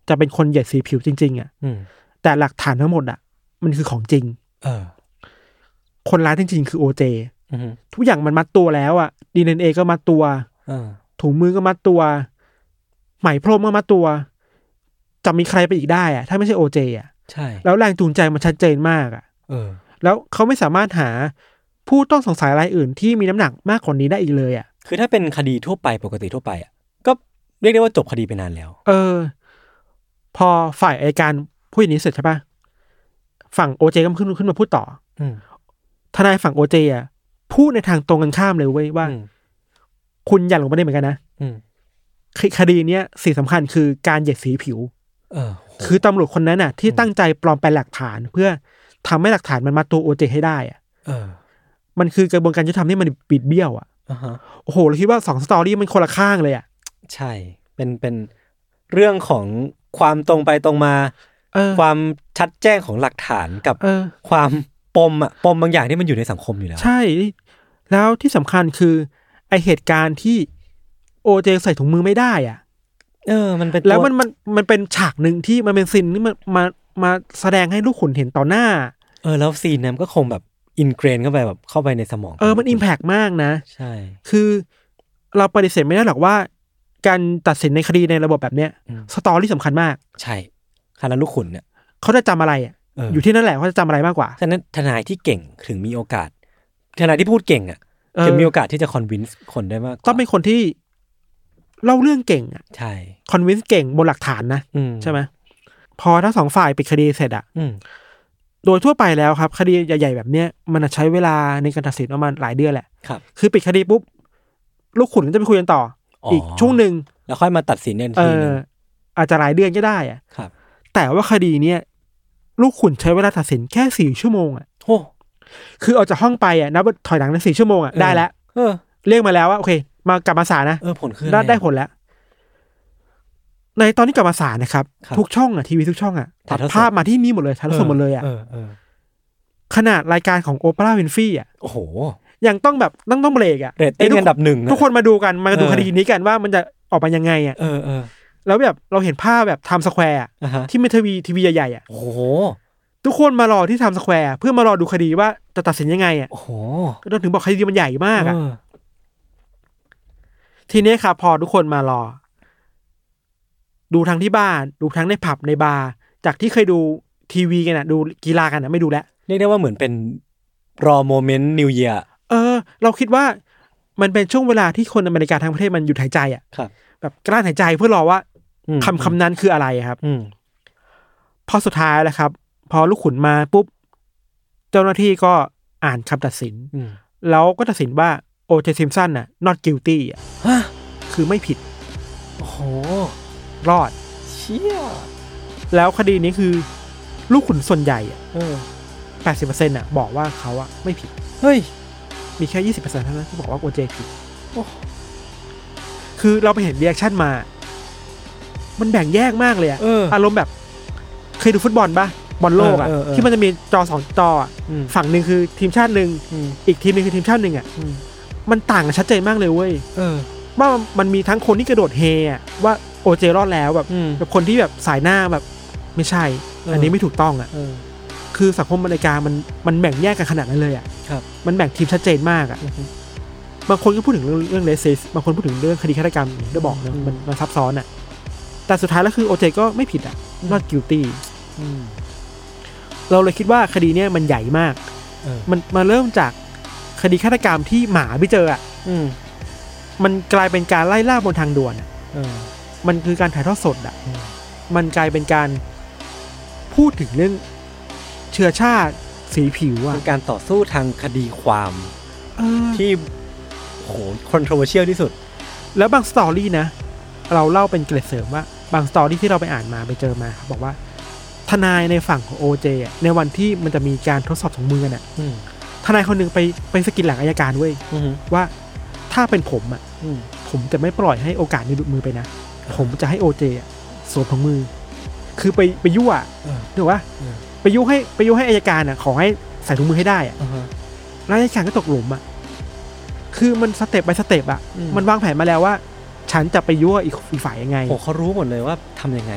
จะเป็นคนเหยียดสีผิวจริงๆอ่ะแต่หลักฐานทั้งหมดอ่ะมันคือของจริงเออคนร้ายจริงๆคือโอเจทุกอย่างมันมัดตัวแล้วอ่ะ ดี เอ็น เอ ก็มัดตัวถุงมือก็มัดตัวไหมพรมก็มัดตัวจะมีใครไปอีกได้อ่ะถ้าไม่ใช่โอเจอ่ะใช่แล้วแรงจูงใจมันชัดเจนมากอ่ะเออแล้วเขาไม่สามารถหาผู้ต้องสงสัยรายอื่นที่มีน้ำหนักมากกว่านี้ได้อีกเลยอ่ะคือถ้าเป็นคดีทั่วไปปกติทั่วไปอ่ะก็เรียกได้ว่าจบคดีไปนานแล้วเออพอฝ่ายอัยการพูดอย่างนี้เสร็จใช่ป่ะฝั่งโอเจก็ขึ้นขึ้นมาพูดต่อทนายฝั่งโอเจอ่ะพูดในทางตรงกันข้ามเลยเว้ยว่าคุณอย่าลงประเด็นเหมือนกันนะคดีเนี้ยสิ่งสำคัญคือการเหยียดสีผิวเออคือตำรวจคนนั้นน่ะที่ตั้งใจปลอมแปลงหลักฐานเพื่อทำให้หลักฐานมันมาตัวโอเจให้ได้อ่ะเออมันคือกระบวนการยุติธรรมที่มันบิดเบี้ยวอ่ะโอ้โหเราคิดว่าสองสตอรี่มันคนละข้างเลยอ่ะใช่เป็นเป็นเรื่องของความตรงไปตรงมาความชัดแจ้งของหลักฐานกับความปมอ่ะปมบางอย่างที่มันอยู่ในสังคมอยู่แล้วใช่แล้วที่สำคัญคือไอเหตุการณ์ที่โอเจใส่ถุงมือไม่ได้อ่ะเออมันเป็นแล้วมันมันมันเป็นฉากหนึ่งที่มันเป็นซีนที่มันมามาแสดงให้ลูกขุนเห็นต่อหน้าเออแล้วซีนนั้นก็คงแบบอินเกรนเข้าไปแบบเข้าไปในสมองเออมันอิมแพกมากนะใช่คือเราปฏิเสธไม่ได้หรอกว่าการตัดสินในคดีในระบบแบบเนี้ยสตอรี่สำคัญมากใช่คณะลูกขุนเนี่ยเขาจะจำอะไรอ่ะ อ, อยู่ที่นั่นแหละเขาจะจำอะไรมากกว่าฉะนั้นทนายที่เก่งถึงมีโอกาสทนายที่พูดเก่งอ่ะจะมีโอกาสที่จะคอนวินส์คนได้มากต้องเป็นคนที่เล่าเรื่องเก่งอ่ะใช่คอนวินส์เก่งบนหลักฐานนะใช่ไหมพอทั้งสองฝ่ายปิดคดีเสร็จอ่ะโดยทั่วไปแล้วครับคดีใหญ่ๆแบบเนี้ยมันใช้เวลาในการตัดสินประมาณหลายเดือนแหละครับคือปิดคดีปุ๊บลูกขุนก็จะไปคุยกันต่ออีกช่วงหนึ่งแล้วค่อยมาตัดสินอีกทีนึงอาจจะหลายเดือนก็ได้อ่ะครับแต่ว่าคดีเนี้ยลูกขุนใช้เวลาตัดสินแค่สี่ชั่วโมงอ่ะโอ้คือออกจากห้องไปอ่ะนับถอยหลังในสี่ชั่วโมงอ่ะได้แล้วเออเรียกมาแล้วว่าโอเคมากลับมาศาลนะเออผลคือได้ได้ผลแล้วในตอนที่กลับมาศาลนะครับทุกช่องอ่ะทีวีทุกช่องอ่ะตัดภาพมาที่นี่หมดเลยถ่ายทอดสดหมดเลยอ่ะขนาดรายการของโอปราห์วินฟรีอ่ะโอ้โหยังต้องแบบต้องต้องเบรกอ่ะเรตติ้งอันดับหนึ่งทุกคนมาดูกันมาดูคดีนี้กันว่ามันจะออกมายังไงอ่ะเออเออแล้วแบบเราเห็นภาพแบบไทม์สแควร์ที่เป็นทีวีทีวีใหญ่ๆอ่ะโอ้โหทุกคนมารอที่ไทม์สแควร์เพื่อมารอดูคดีว่าจะตัดสินยังไงอ่ะโอ้โหก็ถึงบอกคดีมันใหญ่มากอ่ะทีนี้ครับพอทุกคนมารอดูทั้งที่บ้านดูทั้งในผับในบาร์จากที่เคยดูทีวีกันนะดูกีฬากันนะไม่ดูแล้วเรียกได้ว่าเหมือนเป็นรอโมเมนต์นิวเยียร์เออเราคิดว่ามันเป็นช่วงเวลาที่คนอเมริกาทั้งประเทศมันหยุดหายใจอ่ะแบบกลั้นหายใจเพื่อรอว่าคำคำนั้นคืออะไรครับพอสุดท้ายแล้วครับพอลูกขุนมาปุ๊บเจ้าหน้าที่ก็อ่านคำตัดสินแล้วก็ตัดสินว่าโอเจซิมสันน่ะ not guilty อ่ะคือไม่ผิดโอ้โหรอดเชี่ยแล้วคดีนี้คือลูกขุนส่วนใหญ่อ่ะเออ แปดสิบเปอร์เซ็นต์ อ่ะบอกว่าเขาอ่ะไม่ผิดเฮ้ยมีแค่ ยี่สิบเปอร์เซ็นต์ เท่านั้นที่บอกว่าโอเจผิดโอ้คือเราไปเห็นรีแอคชั่นมามันแบ่งแยกมากเลยอ่ะ อารมณ์แบบเคยดูฟุตบอลป่ะบอลโลกอ่ะที่มันจะมีจอสองจออ่ะฝั่งนึงคือทีมชาตินึงอีกทีมนึงคือทีมชาตินึงอ่ะมันต่างกันชัดเจนมากเลยเว้ยว่ามันมีทั้งคนที่กระโดดเฮอ่ะว่าโอเจรอดแล้วแบบกับคนที่แบบสายหน้าแบบไม่ใช่อันนี้ไม่ถูกต้องอ่ะคือสังคมอเมริกามันมันแบ่งแยกกันขนาดนั้นเลยอ่ะมันแบ่งทีมชัดเจนมากอ่ะบางคนก็พูดถึงเรื่องเรื่องเลสซิสบางคนพูดถึงเรื่องคดีฆาตกรรมได้บอกนะมันมันซับซ้อนอ่ะแต่สุดท้ายแล้วคือโอเจก็ไม่ผิดอ่ะ not guilty เราเลยคิดว่าคดีเนี้ยมันใหญ่มากมันมาเริ่มจากคดีฆาตกรรมที่หมาไม่เจออ่ะมันกลายเป็นการไล่ล่าบนทางด่วนอ่ะมันคือการถ่ายทอดสดอ่ะมันกลายเป็นการพูดถึงเรื่องเชื้อชาติสีผิวอ่ะเป็นการต่อสู้ทางคดีความที่โห controversial ที่สุดแล้วบางสตอรี่นะเราเล่าเป็นเกร็ดเสริมว่าบางสตอรี่ที่เราไปอ่านมาไปเจอมาบอกว่าทนายในฝั่งของ โอ เจ อ่ะในวันที่มันจะมีการทดสอบถุงมือน่ะทนายคนนึงไปไปสกิดหลังอัยการเว้ยว่าถ้าเป็นผมอ่ะผมจะไม่ปล่อยให้โอกาสนี้หลุดมือไปนะผมจะให้ โอ เจ อ่ะสวมถุงมือคือไปไปยั่วถูกป่ะไปยุให้ไปยุให้อัยการอ่ะขอให้ใส่ถุงมือให้ได้อ่ะแล้วอัยการก็ตกหลุมอ่ะคือมันสเต็ปไปสเต็ปอ่ะมันวางแผนมาแล้วว่าฉันจะไปยั่วอีกฝ่ายยังไงโอ้เขารู้หมดเลยว่าทำยังไง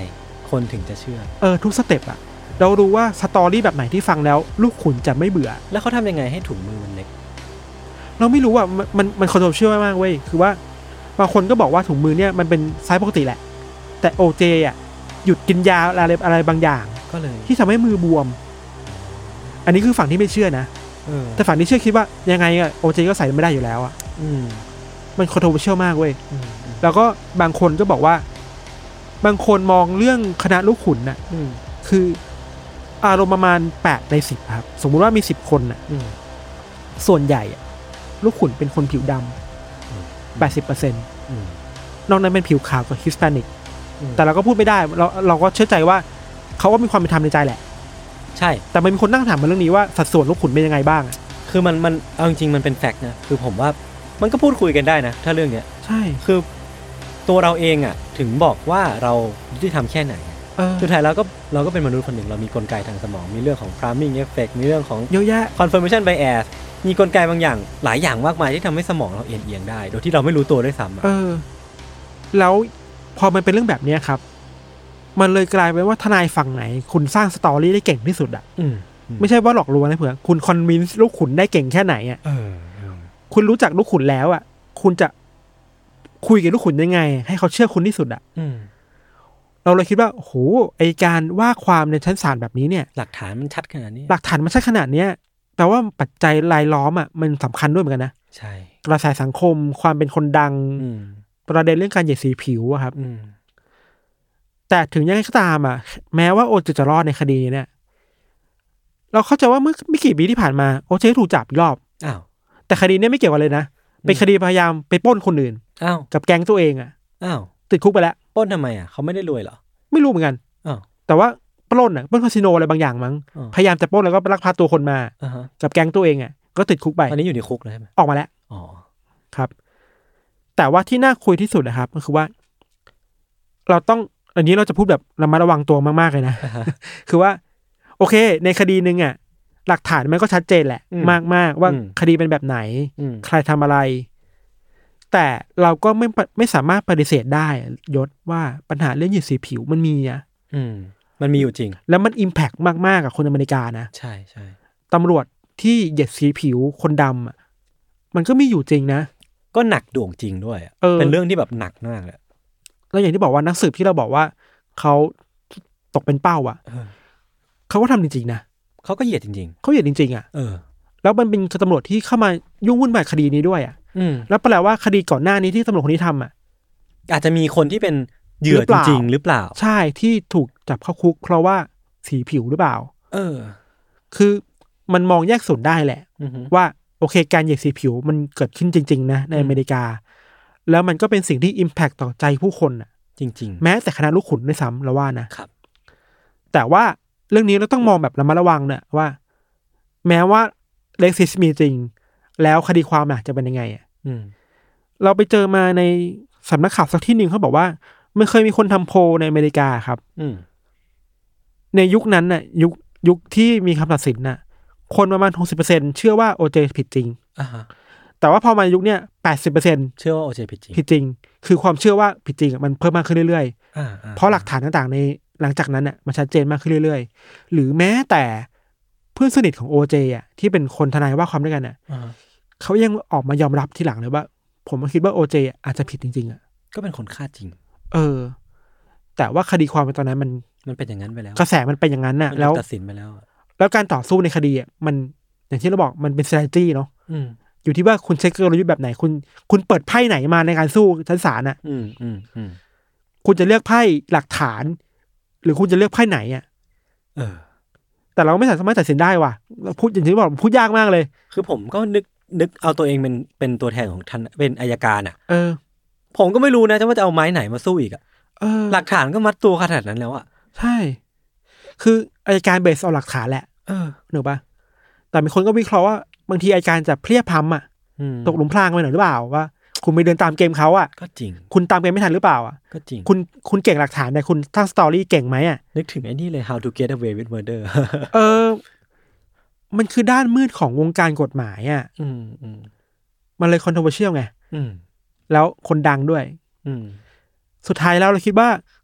คนถึงจะเชื่อเออทุกสเต็ปอะเรารู้ว่าสตอรี่แบบไหนที่ฟังแล้วลูกขุนจะไม่เบื่อแล้วเขาทำยังไงให้ถุงมือมันเล็กเราไม่รู้อ่ะมันมันคอนโทรเชื่อมากเว้ยคือว่าบางคนก็บอกว่าถุงมือเนี่ยมันเป็นไซส์ปกติแหละแต่โอเจอ่ะหยุดกินยาอะไรอะไรบางอย่างก็เลยที่ทำให้มือบวมอันนี้คือฝั่งที่ไม่เชื่อนะแต่ฝั่งที่เชื่อคิดว่ายังไงอ่ะโอเจก็ใส่ไม่ได้อยู่แล้วอ่ะมันคอนโทรเชื่อมากเว้ยแล้วก็บางคนก็บอกว่าบางคนมองเรื่องคณะลูกขุนน่ะคืออารมณ์ประมาณแปดในสิบครับสมมุติว่ามีสิบคนน่ะส่วนใหญ่ลูกขุนเป็นคนผิวดำแปดสิบเปอร์เซ็นต์นอกนั้นเป็นผิวขาวกับฮิสแปนิกแต่เราก็พูดไม่ได้เราเราก็เชื่อใจว่าเขาก็มีความเป็นธรรมในใจแหละใช่แต่มันมีคนนั่งถามมาเรื่องนี้ว่าสัดส่วนลูกขุนเป็นยังไงบ้างคือมันมันเอาจริงมันเป็นแฟกต์นะคือผมว่ามันก็พูดคุยกันได้นะถ้าเรื่องเนี้ยใช่คือตัวเราเองอ่ะถึงบอกว่าเรายุติธรรมแค่ไหนสุดท้ายเราก็เราก็เป็นมนุษย์คนหนึ่งเรามีกลไกทางสมองมีเรื่องของ priming effect มีเรื่องของเยอะแยะ confirmation bias มีกลไกบางอย่างหลายอย่างมากมายที่ทำให้สมองเราเอียงๆได้โดยที่เราไม่รู้ตัวด้วยซ้ำเออแล้วพอมันเป็นเรื่องแบบนี้ครับมันเลยกลายเป็นว่าทนายฝั่งไหนคุณสร้างสตอรี่ได้เก่งที่สุดอ่ะไม่ใช่ว่าหลอกลวงนะเผื่อคุณคอนวินส์ลูกขุนได้เก่งแค่ไหนอ่ะคุณรู้จักลูกขุนแล้วอ่ะคุณจะคุยกับลูกขุนยังไงให้เขาเชื่อคุณที่สุดอ่ะเราเลยคิดว่าโหไอการว่าความในชั้นศาลแบบนี้เนี่ยหลักฐานมันชัดขนาดนี้หลักฐานมันชัดขนาดเนี้ยแปลว่าปัจจัยรายล้อมอ่ะมันสำคัญด้วยเหมือนกันนะใช่กระแสสังคมความเป็นคนดังประเด็นเรื่องการเหยียดสีผิวอะครับแต่ถึงยังไงก็ตามอ่ะแม้ว่าโอเจจะรอดในคดีเนี่ยเราเข้าใจว่าเมื่อไม่กี่ปีที่ผ่านมาโอเจถูกจับอีกรอบอ้าวแต่คดีนี้ไม่เกี่ยวกันเลยนะเป็นคดีพยายามไปปล้นคนอื่นอ้าวกับแก๊งตัวเองอ่ะอ้าวติดคุกไปแล้วปล้นทำไมอ่ะเขาไม่ได้รวยเหรอไม่รู้เหมือนกันอ้าวแต่ว่าปล้นอ่ะปล้นคาสิโนอะไรบางอย่างมั้งพยายามจะปล้นแล้วก็ลักพาตัวคนมากับแก๊งตัวเองอ่ะก็ติดคุกไปอันนี้อยู่ในคุกแล้วใช่ไหมออกมาแล้วอ๋อครับแต่ว่าที่น่าคุยที่สุดนะครับก็คือว่าเราต้องอันนี้เราจะพูดแบบระมัดระวังตัวมากๆเลยนะ คือว่าโอเคในคดีนึงอ่ะหลักฐานมันก็ชัดเจนแหละมากๆว่าคดีเป็นแบบไหนใครทำอะไรแต่เราก็ไม่ไม่สามารถปฏิเสธได้ยศว่าปัญหาเรื่องเหยียดสีผิวมันมีอ่ะมันมีอยู่จริงแล้วมันอิมแพคมากๆกับคนอเมริกานะใช่ใช่ตำรวจที่เหยียดสีผิวคนดำอ่ะมันก็มีอยู่จริงนะก็หนักดวงจริงด้วยเออเป็นเรื่องที่แบบหนักมากเลยแล้วอย่างที่บอกว่านักสืบที่เราบอกว่าเขาตกเป็นเป้าอ่ะเขาก็ทำจริงๆนะเขาก็เหยียดจริงๆเขาเหยียดจริงๆอ่ะเออแล้วมันเป็นตำรวจที่เข้ามายุ่งวุ่นวายคดีนี้ด้วยอ่ะแล้วแปลว่าคดีก่อนหน้านี้ที่ตำรวจคนนี้ทำอ่ะอาจจะมีคนที่เป็นเหยื่อจริงๆหรือเปล่าใช่ที่ถูกจับเข้าคุกเพราะว่าสีผิวหรือเปล่าเออคือมันมองแยกส่วนได้แหละว่าโอเคการเหยียดสีผิวมันเกิดขึ้นจริงๆนะในอเมริกาแล้วมันก็เป็นสิ่งที่ impact ต่อใจผู้คนอ่ะจริงๆแม้แต่คณะลูกขุนด้วยซ้ำเราว่านะครับแต่ว่าเรื่องนี้เราต้องมองแบบระมัดระวังเนี่ยว่าแม้ว่าเล็กซิสมีจริงแล้วคดีความน่ะจะเป็นยังไงอ่ะเราไปเจอมาในสำนักข่าวสักที่หนึ่งเขาบอกว่ามันเคยมีคนทำโพลในอเมริกาครับในยุคนั้นน่ะยุคยุคที่มีคำตัดสินน่ะคนประมาณ หกสิบเปอร์เซ็นต์ เชื่อว่าโอเจผิดจริงแต่ว่าพอมายุคเนี้ย แปดสิบเปอร์เซ็นต์เชื่อว่าโอเจผิดจริงผิดจริงคือความเชื่อว่าผิดจริงมันเพิ่มมากขึ้นเรื่อยๆเพราะหลักฐานต่างๆในหลังจากนั้นน่ะมันชัดเจนมากขึ้นเรื่อยๆหรือแม้แต่เพื่อนสนิทของโอเจอ่ะที่เป็นคนทนายว่าความด้วยกันน่ะเขายังออกมายอมรับทีหลังเลยว่าผมคิดว่าโอเจอาจจะผิดจริงๆอ่ะก็เป็นคนฆ่าจริงเออแต่ว่าคดีความในตอนนั้นมันมันเป็นอย่างนั้นไปแล้วกระแสมันเป็นอย่างนั้นน่ะแล้วตัดสินไปแล้วแล้วการต่อสู้ในคดีอ่ะมันอย่างที่เราบอกมันเป็น strategy เนาะอยู่ที่ว่าคุณใช้กลยุทธ์แบบไหนคุณคุณเปิดไพ่ไหนมาในการสู้ชั้นศาลน่ะคุณจะเลือกไพ่หลักฐานหรือคุณจะเลือกไพ่ไหนอ่ะเออแต่เราไม่สามารถตัดสินได้ว่ะพูดอย่างที่บอกพูดยากมากเลยคือผมก็นึกนึกเอาตัวเองเป็นเป็นตัวแทนของท่านเป็นอัยการอ่ะเออผมก็ไม่รู้นะว่าจะเอาไม้ไหนมาสู้อีกอ่ะหลักฐานก็มัดตัวขนาดนั้นแล้วอ่ะใช่คืออัยการเบสเอาหลักฐานแหละเออหนูป่ะแต่มีคนก็วิเคราะห์ว่าบางทีอัยการจะเพลียพัมอ่ะตกหลุมพรางไปหน่อยหรือเปล่าว่าคุณไปเดินตามเกมเขาอ่ะก็จริงคุณตามเกมไม่ทันหรือเปล่าอ่ะก็จริงคุณคุณเก่งหลักฐานแต่คุณสร้างสตอรี่เก่งไหมอ่ะนึกถึงไอ้นี่เลย How to Get Away with Murder เออมันคือด้านมืดของวงการกฎหมายอ่ะอืมอืมมันเลยคอนโทรเวอร์เชียลไงอืมแล้วคนดังด้วยอืมสุดท้ายแล้วเราคิดว่า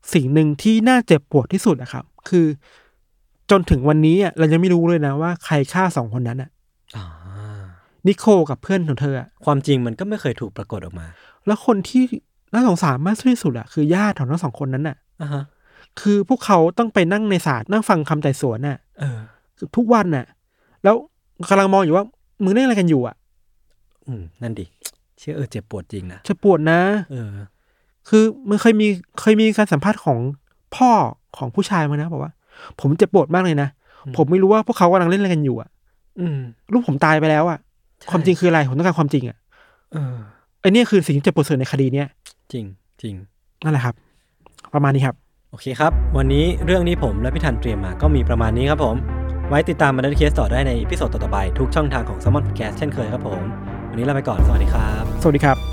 สิ่งหนึ่งที่น่าเจ็บปวดที่สุดอะครับคือจนถึงวันนี้อ่ะเรายังไม่รู้เลยนะว่าใครฆ่าสองคนนั้นอ่ะนิโคกับเพื่อนของเธออ่ะความจริงมันก็ไม่เคยถูกปรากฏออกมาแล้วคนที่น่าสงสารมากที่สุดอ่ะคือญาติของทั้งสองคนนั้นอ่ะอ่าฮะคือพวกเขาต้องไปนั่งในศาลนั่งฟังคำไต่สวนน่ะเออทุกวันน่ะแล้วกำลังมองอยู่ว่ามึงเล่นอะไรกันอยู่อ่ะอืมนั่นดิเชื่อเออเจ็บปวดจริงนะเจ็บปวดนะเออคือมันเคยมีเคยมีการสัมภาษณ์ของพ่อของผู้ชายมานะบอกว่าผมเจ็บปวดมากเลยนะผมไม่รู้ว่าพวกเขากำลังเล่นอะไรกันอยู่อ่ะอืมลูกผมตายไปแล้วอ่ะความจริงคืออะไรผมต้องการความจริงอ่ะเออไอเนี้ยคือสิ่งที่เจ็บปวดสุดในคดีเนี้ยจริงจริงนั่นแหละครับประมาณนี้ครับโอเคครับวันนี้เรื่องนี้ผมและพี่ทันเตรียมมาก็มีประมาณนี้ครับผมไว้ติดตามMurder Caseต่อได้ในอีพิโซดต่อๆไปทุกช่องทางของ Salmon Podcast เช่นเคยครับผมวันนี้ลาไปก่อนสวัสดีครับสวัสดีครับ